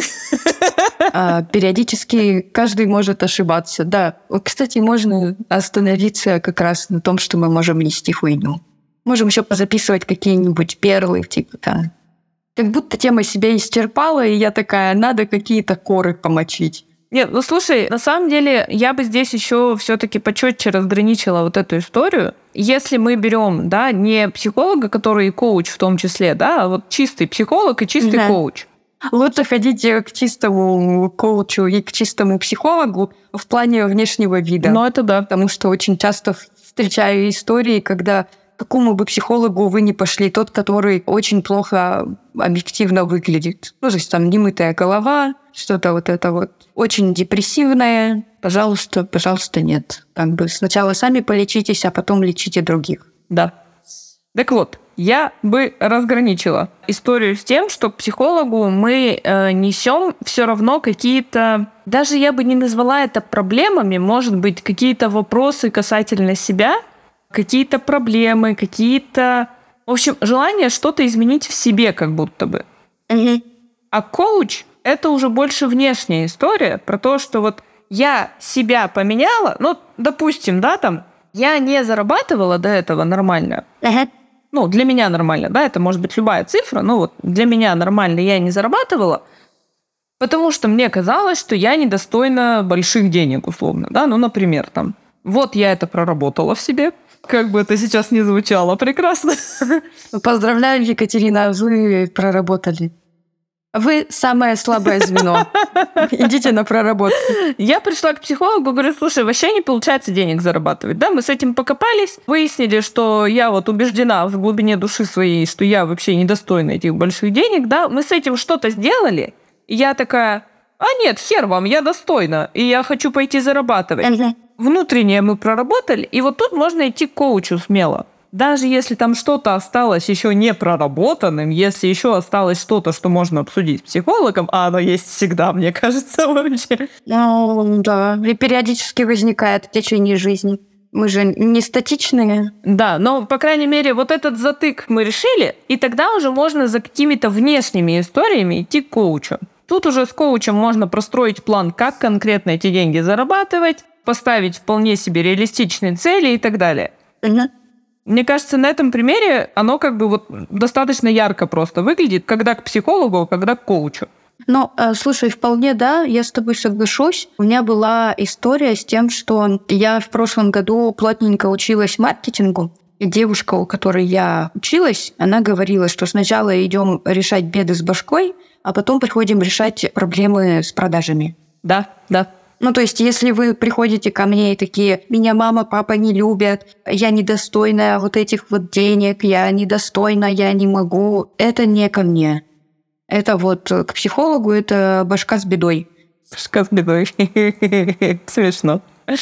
Периодически каждый может ошибаться. Да, кстати, можно остановиться как раз на том, что мы можем нести хуйню. Можем еще позаписывать какие-нибудь перлы, типа там. Как будто тема себя исчерпала, и я такая, надо какие-то коры помочить.
Нет, ну слушай, на самом деле я бы здесь еще все-таки почетче разграничила вот эту историю. Если мы берем, да, не психолога, который и коуч в том числе, да, а вот чистый психолог и чистый коуч.
Лучше ходить к чистому коучу и к чистому психологу в плане внешнего вида.
Ну, это да.
Потому что очень часто встречаю истории, когда к какому бы психологу вы ни пошли, тот, который очень плохо объективно выглядит. Ну, то есть там немытая голова, что-то вот это вот очень депрессивное. Пожалуйста, нет. Как бы сначала сами полечитесь, а потом лечите других.
Да. Так вот, я бы разграничила историю с тем, что к психологу мы несем все равно какие-то, даже я бы не назвала это проблемами, может быть, какие-то вопросы касательно себя, какие-то проблемы, какие-то... В общем, желание что-то изменить в себе как будто бы. А коуч — это уже больше внешняя история про то, что вот я себя поменяла, ну, допустим, да, там, я не зарабатывала до этого нормально. Ну, для меня нормально, да, это может быть любая цифра, но вот для меня нормально я не зарабатывала, потому что мне казалось, что я недостойна больших денег, условно, да, ну, например, там, вот я это проработала в себе, как бы это сейчас не звучало прекрасно.
Поздравляю, Екатерина, вы проработали. Вы самое слабое звено. Идите на проработку.
Я пришла к психологу, говорю, слушай, вообще не получается денег зарабатывать. Да, мы с этим покопались, выяснили, что я вот убеждена в глубине души своей, что я вообще недостойна этих больших денег, да, мы с этим что-то сделали, и я такая, а нет, хер вам, я достойна, и я хочу пойти зарабатывать. Внутреннее мы проработали, и вот тут можно идти к коучу смело. Даже если там что-то осталось еще не проработанным, если еще осталось что-то, что можно обсудить с психологом, а оно есть всегда, мне кажется, вообще.
Ну, да, и периодически возникает в течение жизни. Мы же не статичные.
Да, но, по крайней мере, вот этот затык мы решили, и тогда уже можно за какими-то внешними историями идти к коучу. Тут уже с коучем можно простроить план, как конкретно эти деньги зарабатывать, поставить вполне себе реалистичные цели и так далее. Мне кажется, на этом примере оно как бы вот достаточно ярко просто выглядит, когда к психологу, когда к коучу.
Ну, слушай, вполне да, я с тобой соглашусь. У меня была история с тем, что я в прошлом году плотненько училась маркетингу. И девушка, у которой я училась, она говорила, что сначала идем решать беды с башкой, а потом приходим решать проблемы с продажами.
Да.
Ну, то есть, если вы приходите ко мне и такие, меня мама, папа не любят, я недостойна вот этих вот денег, я недостойна, я не могу, это не ко мне. Это вот к психологу, это башка с бедой.
Башка с бедой. Смешно.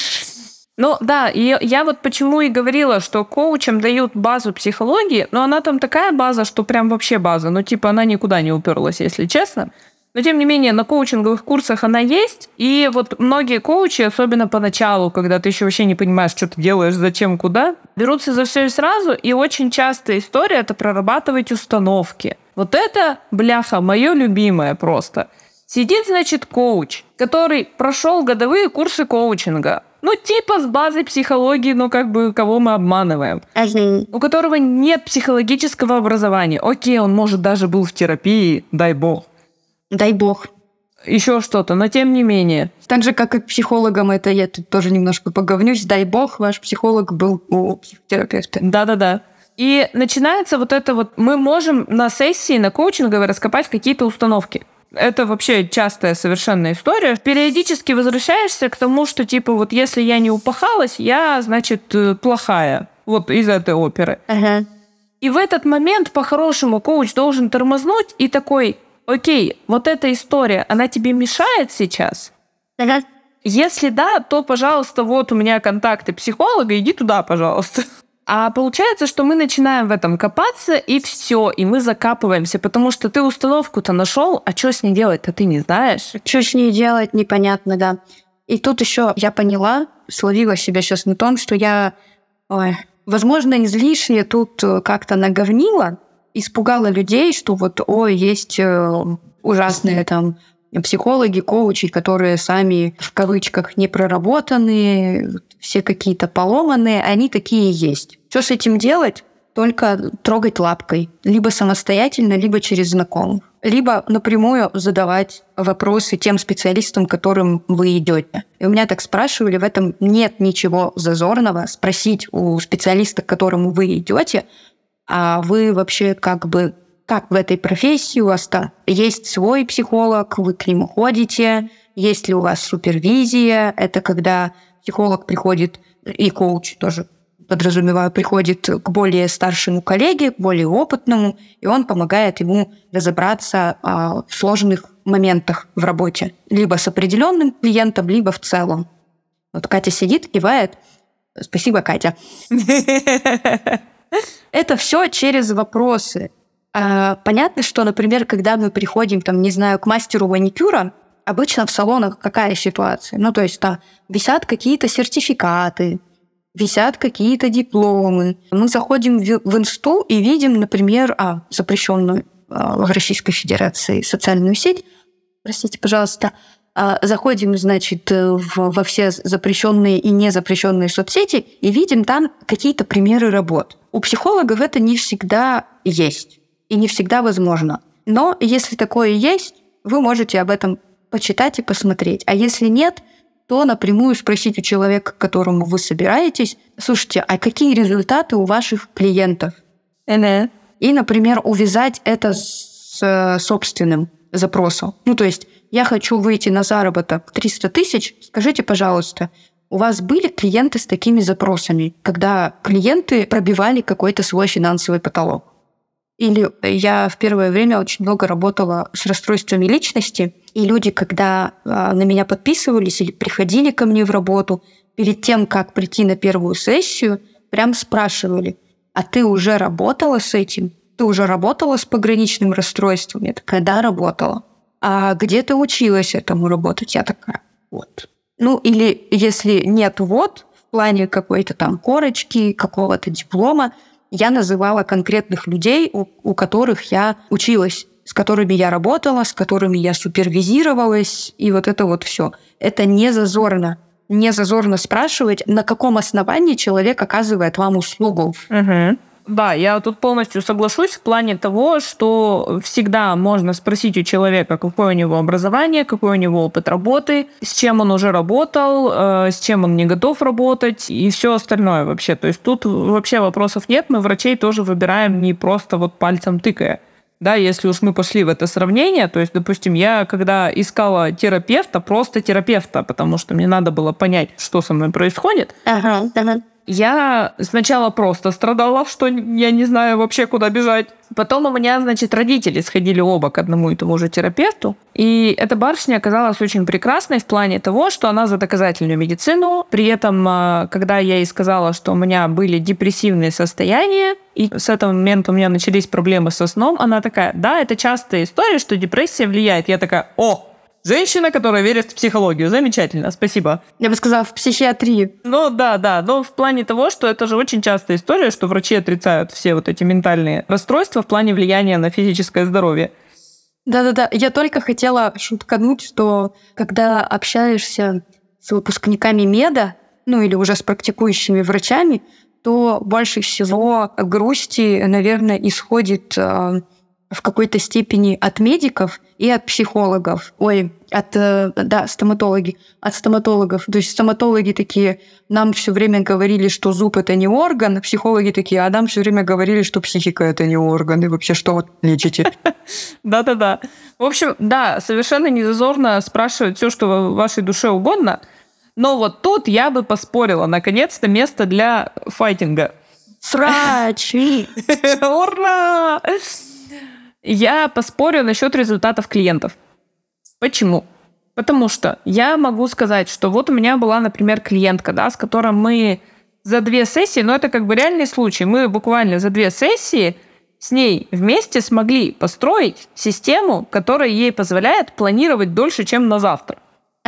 Ну да, и я вот почему и говорила, что коучам дают базу психологии, но она там такая база, что прям вообще база, ну типа она никуда не уперлась, если честно. Но, тем не менее, на коучинговых курсах она есть, и вот многие коучи, особенно поначалу, когда ты еще вообще не понимаешь, что ты делаешь, зачем, куда, берутся за все и сразу, и очень частая история — это прорабатывать установки. Вот это, бляха, мое любимое просто. Сидит, значит, коуч, который прошел годовые курсы коучинга. Типа с базой психологии, кого мы обманываем. У которого нет психологического образования. Окей, он, может, даже был в терапии, дай бог.
Дай бог.
Еще что-то, но тем не менее.
Так же, как и к психологам, это я тут тоже немножко поговнюсь. Дай бог, ваш психолог был у психотерапевта.
Да-да-да. И начинается мы можем на сессии, на коучинговой раскопать какие-то установки. Это вообще частая совершенно история. Периодически возвращаешься к тому, что если я не упахалась, я, значит, плохая. Вот из этой оперы.
Ага.
И в этот момент, по-хорошему, коуч должен тормознуть и такой: окей, вот эта история, она тебе мешает сейчас?
Ага.
Если да, то, пожалуйста, вот у меня контакты психолога, иди туда, пожалуйста. А получается, что мы начинаем в этом копаться, и все, и мы закапываемся, потому что ты установку-то нашел, а что с ней делать-то ты не знаешь.
Что с ней делать, непонятно, да. И тут еще я поняла, словила себя сейчас на том, что я, возможно, излишне тут как-то наговнила, испугала людей, что есть ужасные там психологи, коучи, которые сами, в кавычках, не проработанные, все какие-то поломанные, они такие есть. Что с этим делать? Только трогать лапкой. Либо самостоятельно, либо через знакомых. Либо напрямую задавать вопросы тем специалистам, к которым вы идете. И у меня так спрашивали, в этом нет ничего зазорного. Спросить у специалиста, к которому вы идете, а вы вообще как в этой профессии у вас есть свой психолог, вы к нему ходите, есть ли у вас супервизия, это когда психолог приходит, и коуч тоже, подразумеваю, приходит к более старшему коллеге, к более опытному, и он помогает ему разобраться в сложных моментах в работе. Либо с определенным клиентом, либо в целом. Вот Катя сидит, кивает. Спасибо, Катя. Это все через вопросы. Понятно, что, например, когда мы приходим, к мастеру маникюра, обычно в салонах какая ситуация? То есть висят какие-то сертификаты, висят какие-то дипломы. Мы заходим в инсту и видим, например, запрещенную в Российской Федерации социальную сеть. Простите, пожалуйста. Заходим, значит, во все запрещенные и незапрещенные соцсети и видим там какие-то примеры работ. У психологов это не всегда есть и не всегда возможно. Но если такое есть, вы можете об этом почитать и посмотреть. А если нет, то напрямую спросить у человека, к которому вы собираетесь: слушайте, а какие результаты у ваших клиентов? И, например, увязать это с собственным запросом. То есть я хочу выйти на заработок 300 тысяч, скажите, пожалуйста, у вас были клиенты с такими запросами, когда клиенты пробивали какой-то свой финансовый потолок? Или я в первое время очень много работала с расстройствами личности, и люди, когда на меня подписывались или приходили ко мне в работу, перед тем, как прийти на первую сессию, прям спрашивали: а ты уже работала с этим? Ты уже работала с пограничным расстройством? Я такая: да, работала. А где ты училась этому работать? Я такая: вот. Или если нет в плане какой-то корочки, какого-то диплома, я называла конкретных людей, у которых я училась, с которыми я работала, с которыми я супервизировалась, и это все. Это не зазорно. Не зазорно спрашивать, на каком основании человек оказывает вам услугу.
Угу. Да, я тут полностью соглашусь в плане того, что всегда можно спросить у человека, какое у него образование, какой у него опыт работы, с чем он уже работал, с чем он не готов работать и все остальное вообще. То есть тут вообще вопросов нет, мы врачей тоже выбираем не просто пальцем тыкая. Да, если уж мы пошли в это сравнение, то есть, допустим, я когда искала терапевта, просто терапевта, потому что мне надо было понять, что со мной происходит, я сначала просто страдала, что я не знаю вообще, куда бежать. Потом у меня, значит, родители сходили оба к одному и тому же терапевту. И эта барышня оказалась очень прекрасной в плане того, что она за доказательную медицину. При этом, когда я ей сказала, что у меня были депрессивные состояния, и с этого момента у меня начались проблемы со сном, она такая: да, это частая история, что депрессия влияет. Я такая: женщина, которая верит в психологию. Замечательно, спасибо.
Я бы сказала, в психиатрии.
Да. Но в плане того, что это же очень частая история, что врачи отрицают все эти ментальные расстройства в плане влияния на физическое здоровье.
Да-да-да, я только хотела шуткануть, что когда общаешься с выпускниками меда, ну или уже с практикующими врачами, то больше всего грусти, наверное, исходит в какой-то степени от медиков и от психологов. Стоматологи. От стоматологов. То есть стоматологи такие, нам все время говорили, что зуб – это не орган, психологи такие, а нам все время говорили, что психика – это не орган, и вообще что вы лечите?
Да-да-да. В общем, да, совершенно незазорно спрашивать все, что вашей душе угодно, но вот тут я бы поспорила. Наконец-то место для файтинга.
Срач!
Ура! Я поспорю насчет результатов клиентов. Почему? Потому что я могу сказать, что вот у меня была, например, клиентка, да, с которой мы за 2 сессии, но это как бы реальный случай, мы буквально за 2 сессии с ней вместе смогли построить систему, которая ей позволяет планировать дольше, чем на завтра.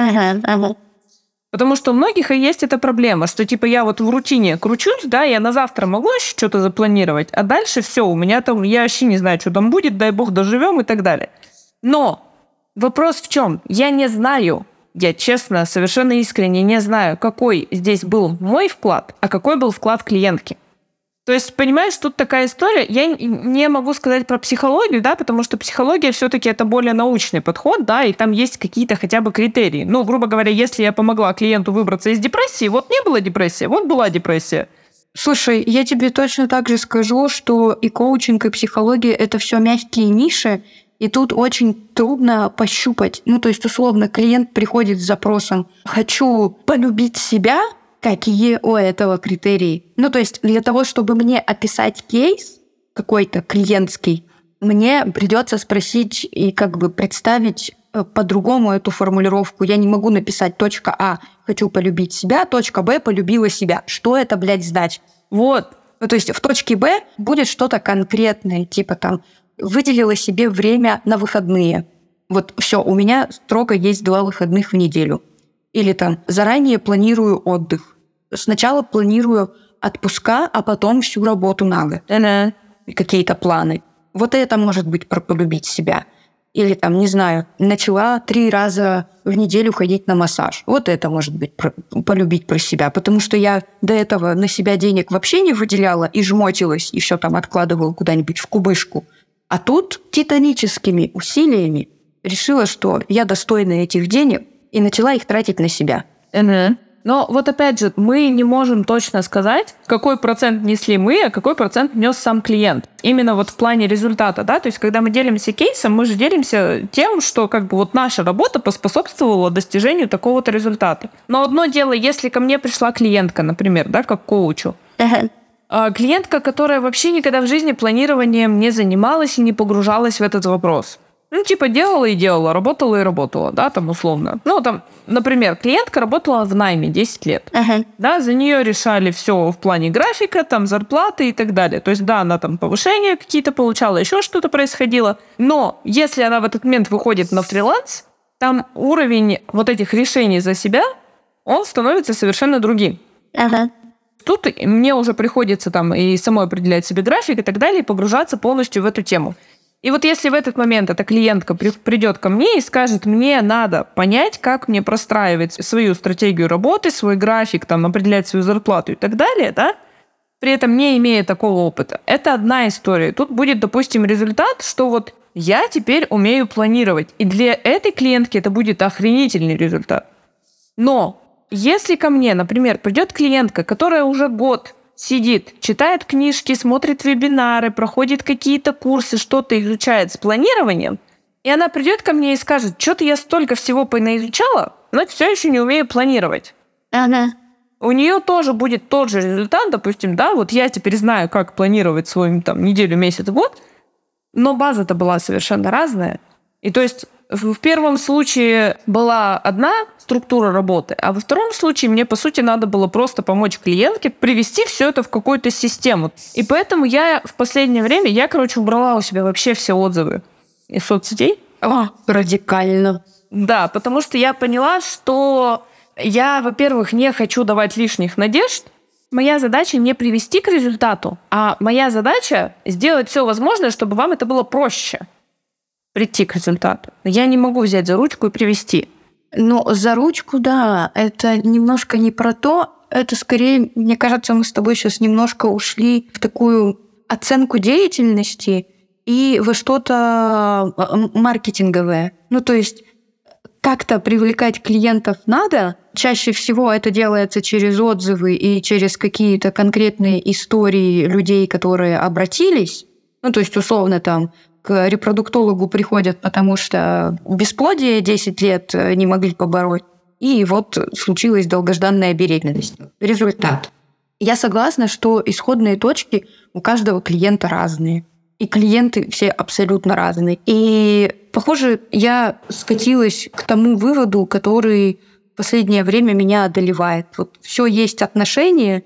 Потому что у многих и есть эта проблема, что типа я вот в рутине кручусь, да, я на завтра могу еще что-то запланировать, а дальше все, у меня там, я вообще не знаю, что там будет, дай бог доживем и так далее. Но вопрос в чем? Я не знаю, я честно, совершенно искренне не знаю, какой здесь был мой вклад, а какой был вклад клиентки. То есть, понимаешь, тут такая история. Я не могу сказать про психологию, да, потому что психология все-таки это более научный подход, да, и там есть какие-то хотя бы критерии. Ну, грубо говоря, если я помогла клиенту выбраться из депрессии, вот не было депрессии, вот была депрессия.
Слушай, я тебе точно так же скажу, что и коучинг, и психология – это все мягкие ниши, и тут очень трудно пощупать. Ну, то есть, условно, клиент приходит с запросом «хочу полюбить себя», какие у этого критерии. Ну, то есть для того, чтобы мне описать кейс какой-то клиентский, мне придется спросить и как бы представить по-другому эту формулировку. Я не могу написать точка А «хочу полюбить себя», точка Б «полюбила себя». Что это, блядь, значит?
Вот.
Ну, то есть в точке Б будет что-то конкретное, типа там «выделила себе время на выходные». Вот все, у меня строго есть 2 выходных в неделю. Или там заранее планирую отдых. Сначала планирую отпуска, а потом всю работу на год. Какие-то планы. Вот это может быть про полюбить себя. Или там, не знаю, начала 3 раза в неделю ходить на массаж. Вот это может быть про полюбить про себя. Потому что я до этого на себя денег вообще не выделяла и жмотилась, еще там откладывала куда-нибудь в кубышку. А тут титаническими усилиями решила, что я достойна этих денег, и начала их тратить на себя.
Но вот опять же, мы не можем точно сказать, какой процент несли мы, а какой процент нес сам клиент. Именно вот в плане результата, да, то есть когда мы делимся кейсом, мы же делимся тем, что как бы вот наша работа поспособствовала достижению такого-то результата. Но одно дело, если ко мне пришла клиентка, например, да, как коучу, клиентка, которая вообще никогда в жизни планированием не занималась и не погружалась в этот вопрос. Ну, типа, делала и делала, работала и работала, да, там, условно. Ну, там, например, клиентка работала в найме 10 лет. Да, за нее решали все в плане графика, там, зарплаты и так далее. То есть, да, она там повышения какие-то получала, еще что-то происходило. Но если она в этот момент выходит на фриланс, там уровень вот этих решений за себя, он становится совершенно другим. Тут мне уже приходится там и самой определять себе график и так далее, и погружаться полностью в эту тему. И вот если в этот момент эта клиентка придет ко мне и скажет, мне надо понять, как мне простраивать свою стратегию работы, свой график, там, определять свою зарплату и так далее, да, при этом не имея такого опыта. Это одна история. Тут будет, допустим, результат, что вот я теперь умею планировать. И для этой клиентки это будет охренительный результат. Но если ко мне, например, придет клиентка, которая уже год сидит, читает книжки, смотрит вебинары, проходит какие-то курсы, что-то изучает с планированием, и она придет ко мне и скажет, что-то я столько всего понаизучала, но все еще не умею планировать. У нее тоже будет тот же результат, допустим, да, вот я теперь знаю, как планировать свою там неделю, месяц, год, но база-то была совершенно разная. И то есть в первом случае была одна структура работы, а во втором случае мне, по сути, надо было просто помочь клиентке привести все это в какую-то систему. И поэтому я в последнее время, убрала у себя вообще все отзывы из соцсетей.
Радикально.
Да, потому что я поняла, что я, во-первых, не хочу давать лишних надежд. Моя задача не привести к результату, а моя задача сделать все возможное, чтобы вам это было проще. прийти к результату. Я не могу взять за ручку и привести.
Ну, за ручку, да, это немножко не про то. Это скорее, мне кажется, мы с тобой сейчас немножко ушли в такую оценку деятельности и во что-то маркетинговое. Ну, то есть как-то привлекать клиентов надо. Чаще всего это делается через отзывы и через какие-то конкретные истории людей, которые обратились. Ну, то есть, условно, там, к репродуктологу приходят, потому что бесплодие 10 лет не могли побороть. И вот случилась долгожданная беременность. Результат. Я согласна, что исходные точки у каждого клиента разные. И клиенты все абсолютно разные. И, похоже, я скатилась к тому выводу, который в последнее время меня одолевает. Вот все есть отношения,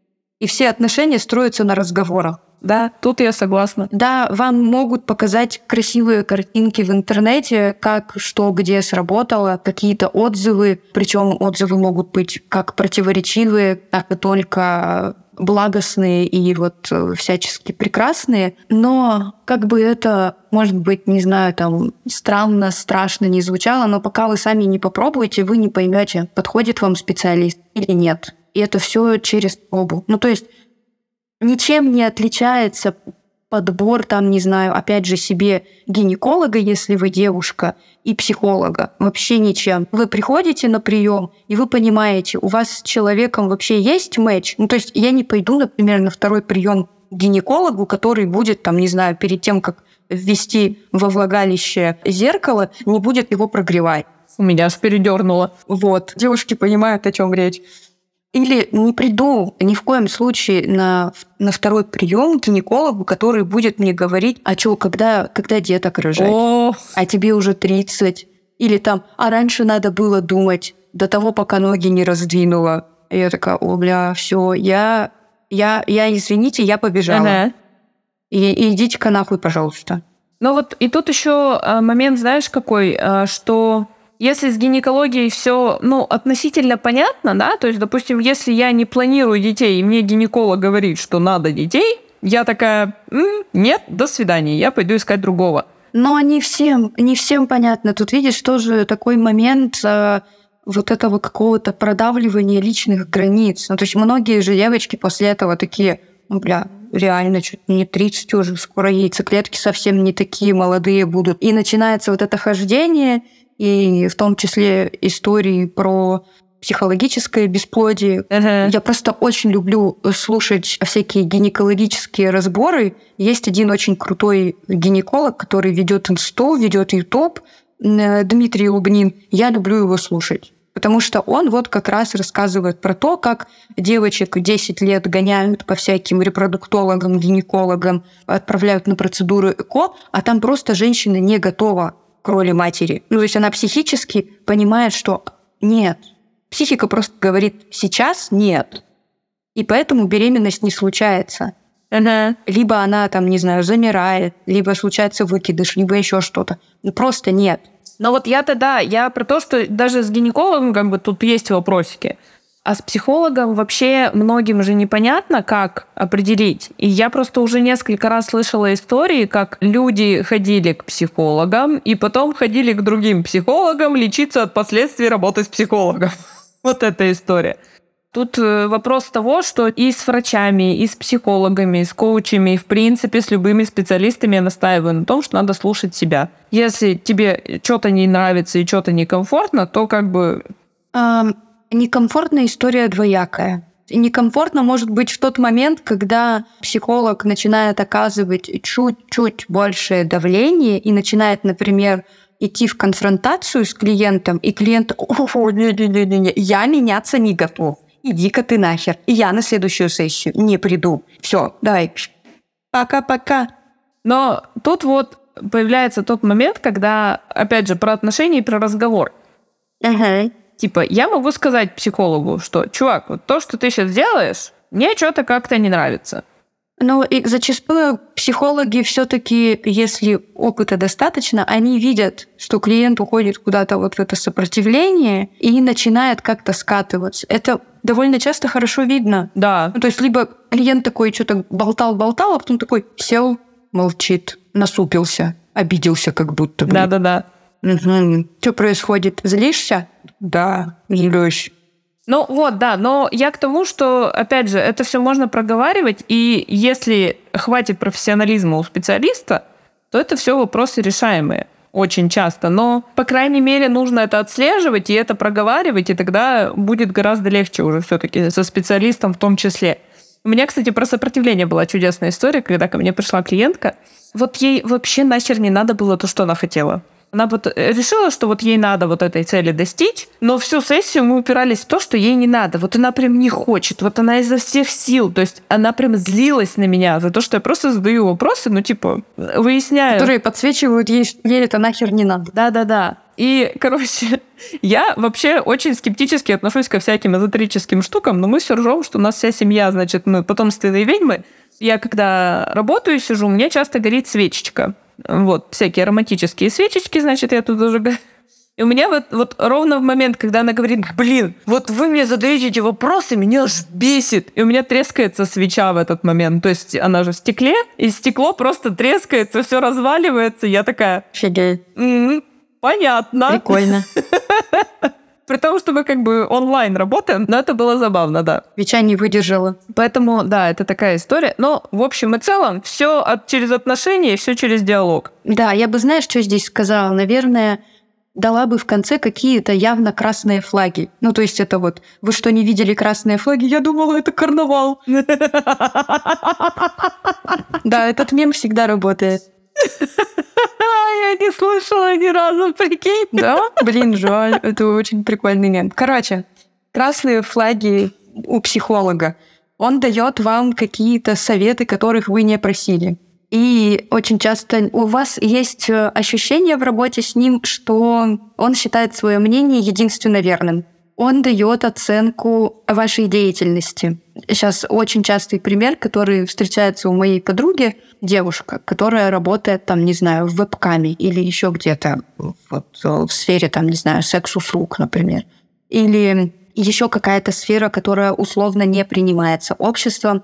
и все отношения строятся на разговорах.
Да, тут я согласна.
Да, вам могут показать красивые картинки в интернете, как, что, где сработало, какие-то отзывы. Причем отзывы могут быть как противоречивые, так и только благостные и вот всячески прекрасные. Но как бы это, может быть, не знаю, там странно, страшно не звучало, но пока вы сами не попробуете, вы не поймете, подходит вам специалист или нет. И это все через пробу. Ну, то есть ничем не отличается подбор, там, не знаю, опять же, себе гинеколога, если вы девушка, и психолога. Вообще ничем. Вы приходите на прием, и вы понимаете, у вас с человеком вообще есть матч. Ну, то есть я не пойду, например, на второй прием к гинекологу, который будет, там, не знаю, перед тем, как ввести во влагалище зеркало, не будет его прогревать.
У меня аж передернуло.
Вот. Девушки понимают, о чем речь. Или не приду ни в коем случае на второй прием к гинекологу, который будет мне говорить, а что, когда деток рожать? А тебе уже 30. Или там, а раньше надо было думать, до того, пока ноги не раздвинула. И я такая, все, я извините, я побежала.
Ага.
И идите-ка нахуй, пожалуйста.
Ну вот и тут еще момент, знаешь, какой, что... Если с гинекологией все, относительно понятно, да, то есть, допустим, если я не планирую детей, и мне гинеколог говорит, что надо детей, я такая, нет, до свидания, я пойду искать другого.
Но не всем понятно. Тут, видишь, тоже такой момент вот этого какого-то продавливания личных границ. Ну, то есть многие же девочки после этого такие, реально, чуть не 30 уже, скоро яйцеклетки совсем не такие молодые будут. И начинается вот это хождение, и в том числе истории про психологическое бесплодие. Я просто очень люблю слушать всякие гинекологические разборы. Есть один очень крутой гинеколог, который ведет инсту, ведет YouTube, Дмитрий Лубнин. Я люблю его слушать, потому что он вот как раз рассказывает про то, как девочек 10 лет гоняют по всяким репродуктологам, гинекологам, отправляют на процедуру ЭКО, а там просто женщина не готова к роли матери. Ну, то есть она психически понимает, что нет. Психика просто говорит, сейчас нет. И поэтому беременность не случается. Либо она, там, не знаю, замирает, либо случается выкидыш, либо еще что-то. Просто нет.
Но вот я про то, что даже с гинекологом тут есть вопросики. А с психологом вообще многим же непонятно, как определить. И я просто уже несколько раз слышала истории, как люди ходили к психологам и потом ходили к другим психологам лечиться от последствий работы с психологом. Вот эта история. Тут вопрос того, что и с врачами, и с психологами, и с коучами, и в принципе с любыми специалистами я настаиваю на том, что надо слушать себя. Если тебе что-то не нравится и что-то некомфортно, то
Некомфортная история двоякая. Некомфортно может быть в тот момент, когда психолог начинает оказывать чуть-чуть большее давление и начинает, например, идти в конфронтацию с клиентом, и клиент не, я меняться не готов. Иди-ка ты нахер. И я на следующую сессию не приду. Все, давай. Пока-пока.
Но тут вот появляется тот момент, когда, опять же, про отношения и про разговор. Типа, я могу сказать психологу, что, чувак, вот то, что ты сейчас делаешь, мне что-то как-то не нравится.
Ну, и зачастую психологи все-таки, если опыта достаточно, они видят, что клиент уходит куда-то вот в это сопротивление и начинает как-то скатываться. Это довольно часто хорошо видно.
Да.
Ну, то есть либо клиент такой что-то болтал, а потом такой сел, молчит, насупился. обиделся как будто бы.
Да-да-да.
Что происходит? Злишься? Да, злюсь.
Ну вот, да, но я к тому, что, опять же, это все можно проговаривать, и если хватит профессионализма у специалиста, то это все вопросы решаемые очень часто. Но, по крайней мере, нужно это отслеживать и это проговаривать, и тогда будет гораздо легче уже все-таки со специалистом в том числе. У меня, кстати, про сопротивление была чудесная история, когда ко мне пришла клиентка. Вот ей вообще нахер не надо было то, что она хотела. Она вот решила, что вот ей надо вот этой цели достичь, но всю сессию мы упирались в то, что ей не надо. Вот она прям не хочет, вот она изо всех сил. То есть она прям злилась на меня за то, что я просто задаю вопросы, ну типа выясняю.
Которые подсвечивают ей это нахер не надо.
Да-да-да. И, короче, я вообще очень скептически отношусь ко всяким эзотерическим штукам, но мы все ржем, что у нас вся семья, значит, мы потомственные ведьмы. Я когда работаю, сижу, у меня часто горит свечечка. Вот, всякие ароматические свечечки, значит, я тут зажигаю. И у меня вот ровно в момент, когда она говорит, блин, вот вы мне задаете эти вопросы, меня аж бесит. И у меня трескается свеча в этот момент. То есть она же в стекле, и стекло просто трескается, все разваливается. Я такая...
Офигеть.
Понятно.
Прикольно.
При том, что мы как бы онлайн работаем, но это было забавно, да.
Свеча не выдержала.
Поэтому, да, это такая история. Но, в общем и целом, все через отношения, все через диалог.
Да, я бы, знаешь, что здесь сказала? Наверное, дала бы в конце какие-то явно красные флаги. Ну, то есть это вот, вы что, не видели красные флаги? Я думала, это карнавал. Да, этот мем всегда работает.
Я не слышала ни разу, прикинь.
Да? Блин, жаль. Это очень прикольный мем. Короче, красные флаги у психолога. Он дает вам какие-то советы, которых вы не просили. И очень часто у вас есть ощущение в работе с ним, что он считает свое мнение единственно верным. Он дает оценку вашей деятельности. Сейчас очень частый пример, который встречается у моей подруги, девушка, которая работает, там, не знаю, в вебкаме или еще где-то вот, в сфере, там, не знаю, секс-услуг, например. Или еще какая-то сфера, которая условно не принимается обществом.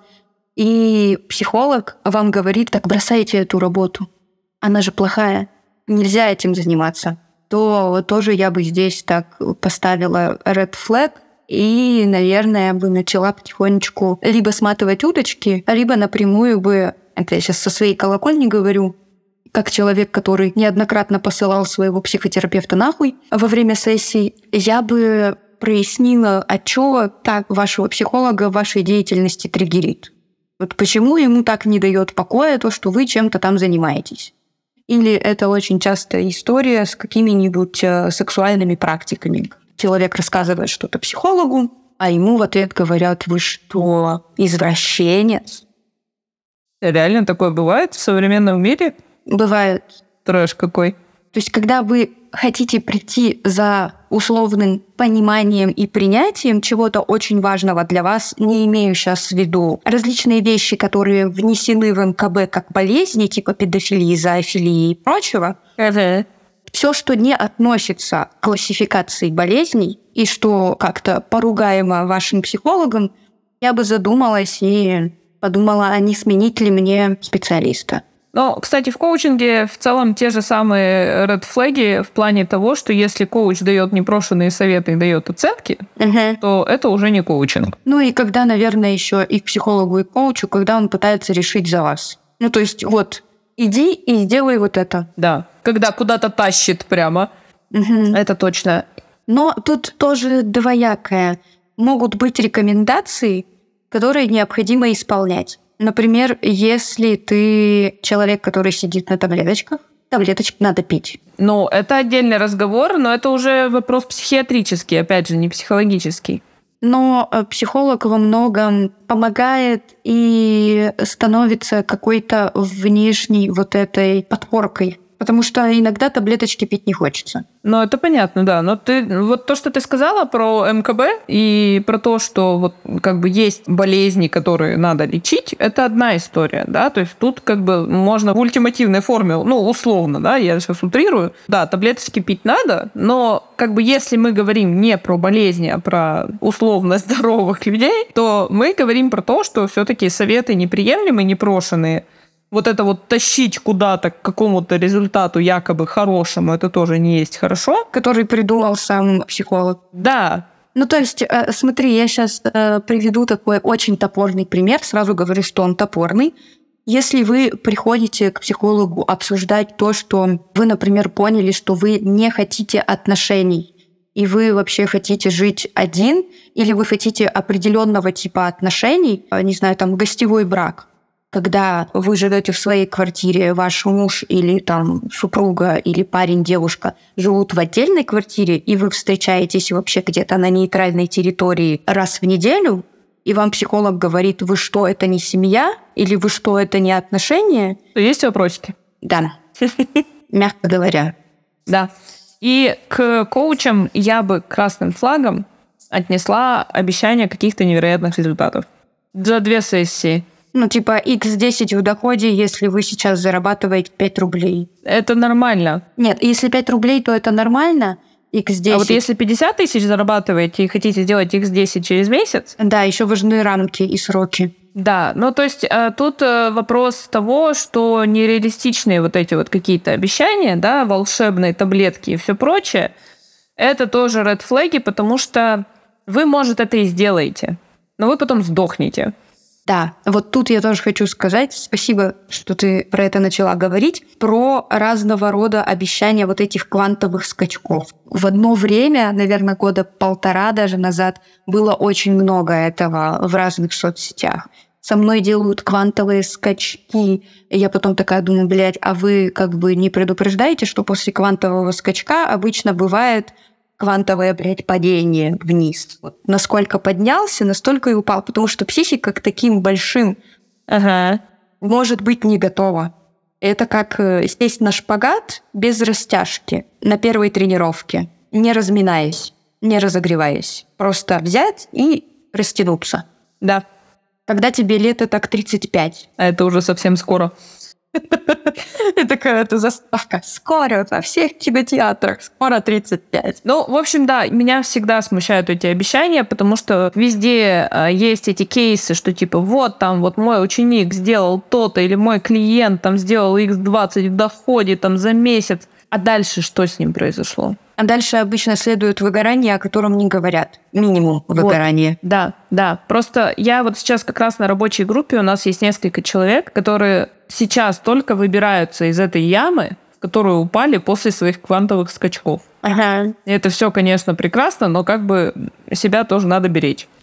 И психолог вам говорит, так бросайте эту работу, она же плохая, нельзя этим заниматься. То тоже я бы здесь так поставила red flag и, наверное, бы начала потихонечку либо сматывать удочки, либо напрямую бы, это я сейчас со своей колокольни говорю, как человек, который неоднократно посылал своего психотерапевта нахуй во время сессий, я бы прояснила, а что так вашего психолога в вашей деятельности триггерит. Вот почему ему так не дает покоя то, что вы чем-то там занимаетесь. Или это очень часто история с какими-нибудь сексуальными практиками. Человек рассказывает что-то психологу, а ему в ответ говорят, вы что, извращенец?
Реально такое бывает в современном мире?
Бывает.
Трэш какой.
То есть, когда вы хотите прийти за условным пониманием и принятием чего-то очень важного для вас, не имею сейчас в виду различные вещи, которые внесены в МКБ как болезни, типа педофилии, зоофилии и прочего, все, что не относится к классификации болезней и что как-то поругаемо вашим психологам, я бы задумалась и подумала, а не сменить ли мне специалиста.
Но, кстати, в коучинге в целом те же самые red флаги в плане того, что если коуч дает непрошенные советы и дает оценки, то это уже не коучинг.
Ну и когда, наверное, еще и к психологу, и к коучу, когда он пытается решить за вас. Ну то есть вот, иди и сделай вот это.
Да, когда куда-то тащит прямо. Это точно.
Но тут тоже двоякое. Могут быть рекомендации, которые необходимо исполнять. Например, если ты человек, который сидит на таблеточках, таблеточки надо пить.
Ну, это отдельный разговор, но это уже вопрос психиатрический, опять же, не психологический.
Но психолог во многом помогает и становится какой-то внешней вот этой подпоркой. Потому что иногда таблеточки пить не хочется.
Ну, это понятно, да. Но ты вот то, что ты сказала про МКБ и про то, что вот как бы есть болезни, которые надо лечить, это одна история, да. То есть тут как бы можно в ультимативной форме, ну, условно, да, я сейчас утрирую, да, таблеточки пить надо, но как бы если мы говорим не про болезни, а про условно здоровых людей, то мы говорим про то, что все-таки советы неприемлемые, непрошенные, вот это вот тащить куда-то к какому-то результату якобы хорошему, это тоже не есть хорошо.
Который придумал сам психолог.
Да.
Ну, то есть, смотри, я сейчас приведу такой очень топорный пример. Сразу говорю, что он топорный. Если вы приходите к психологу обсуждать то, что вы, например, поняли, что вы не хотите отношений, и вы вообще хотите жить один, или вы хотите определенного типа отношений, не знаю, там, гостевой брак, когда вы живете в своей квартире, ваш муж или там супруга или парень, девушка живут в отдельной квартире, и вы встречаетесь вообще где-то на нейтральной территории раз в неделю, и вам психолог говорит, вы что, это не семья? Или вы что, это не отношения?
Есть вопросики?
Да. Мягко говоря.
Да. И к коучам я бы красным флагом отнесла обещание каких-то невероятных результатов. За 2 сессии.
Ну, типа x10 в доходе, если вы сейчас зарабатываете 5 рублей.
Это нормально.
Нет, если 5 рублей, то это нормально. x10.
А вот если 50 тысяч зарабатываете и хотите сделать x10 через месяц...
Да, еще важны рамки и сроки.
Да, ну то есть тут вопрос того, что нереалистичные вот эти вот какие-то обещания, да, волшебные таблетки и все прочее, это тоже red флаги, потому что вы, может, это и сделаете, но вы потом сдохнете.
Да, вот тут я тоже хочу сказать, спасибо, что ты про это начала говорить, про разного рода обещания вот этих квантовых скачков. В одно время, наверное, 1.5 года даже назад, было очень много этого в разных соцсетях. Со мной делают квантовые скачки, и я потом такая думаю, блядь, а вы как бы не предупреждаете, что после квантового скачка обычно бывает квантовое, блядь, падение вниз. Вот насколько поднялся, настолько и упал, потому что психика к таким большим может быть не готова. Это как сесть на шпагат без растяжки на первой тренировке, не разминаясь, не разогреваясь. Просто взять и растянуться.
Да.
Когда тебе лето так 35.
А это уже совсем скоро.
Это какая-то заставка. Скоро во всех кинотеатрах. Скоро 35.
Ну, в общем, да, меня всегда смущают эти обещания, потому что везде есть эти кейсы, что типа вот там вот мой ученик сделал то-то, или мой клиент там сделал x20 в доходе там за месяц. А дальше что с ним произошло?
А дальше обычно следует выгорание, о котором не говорят. Минимум выгорание.
Вот. Да. Просто я вот сейчас как раз на рабочей группе, у нас есть несколько человек, которые сейчас только выбираются из этой ямы, в которую упали после своих квантовых скачков.
Ага.
И это все, конечно, прекрасно, но как бы себя тоже надо беречь.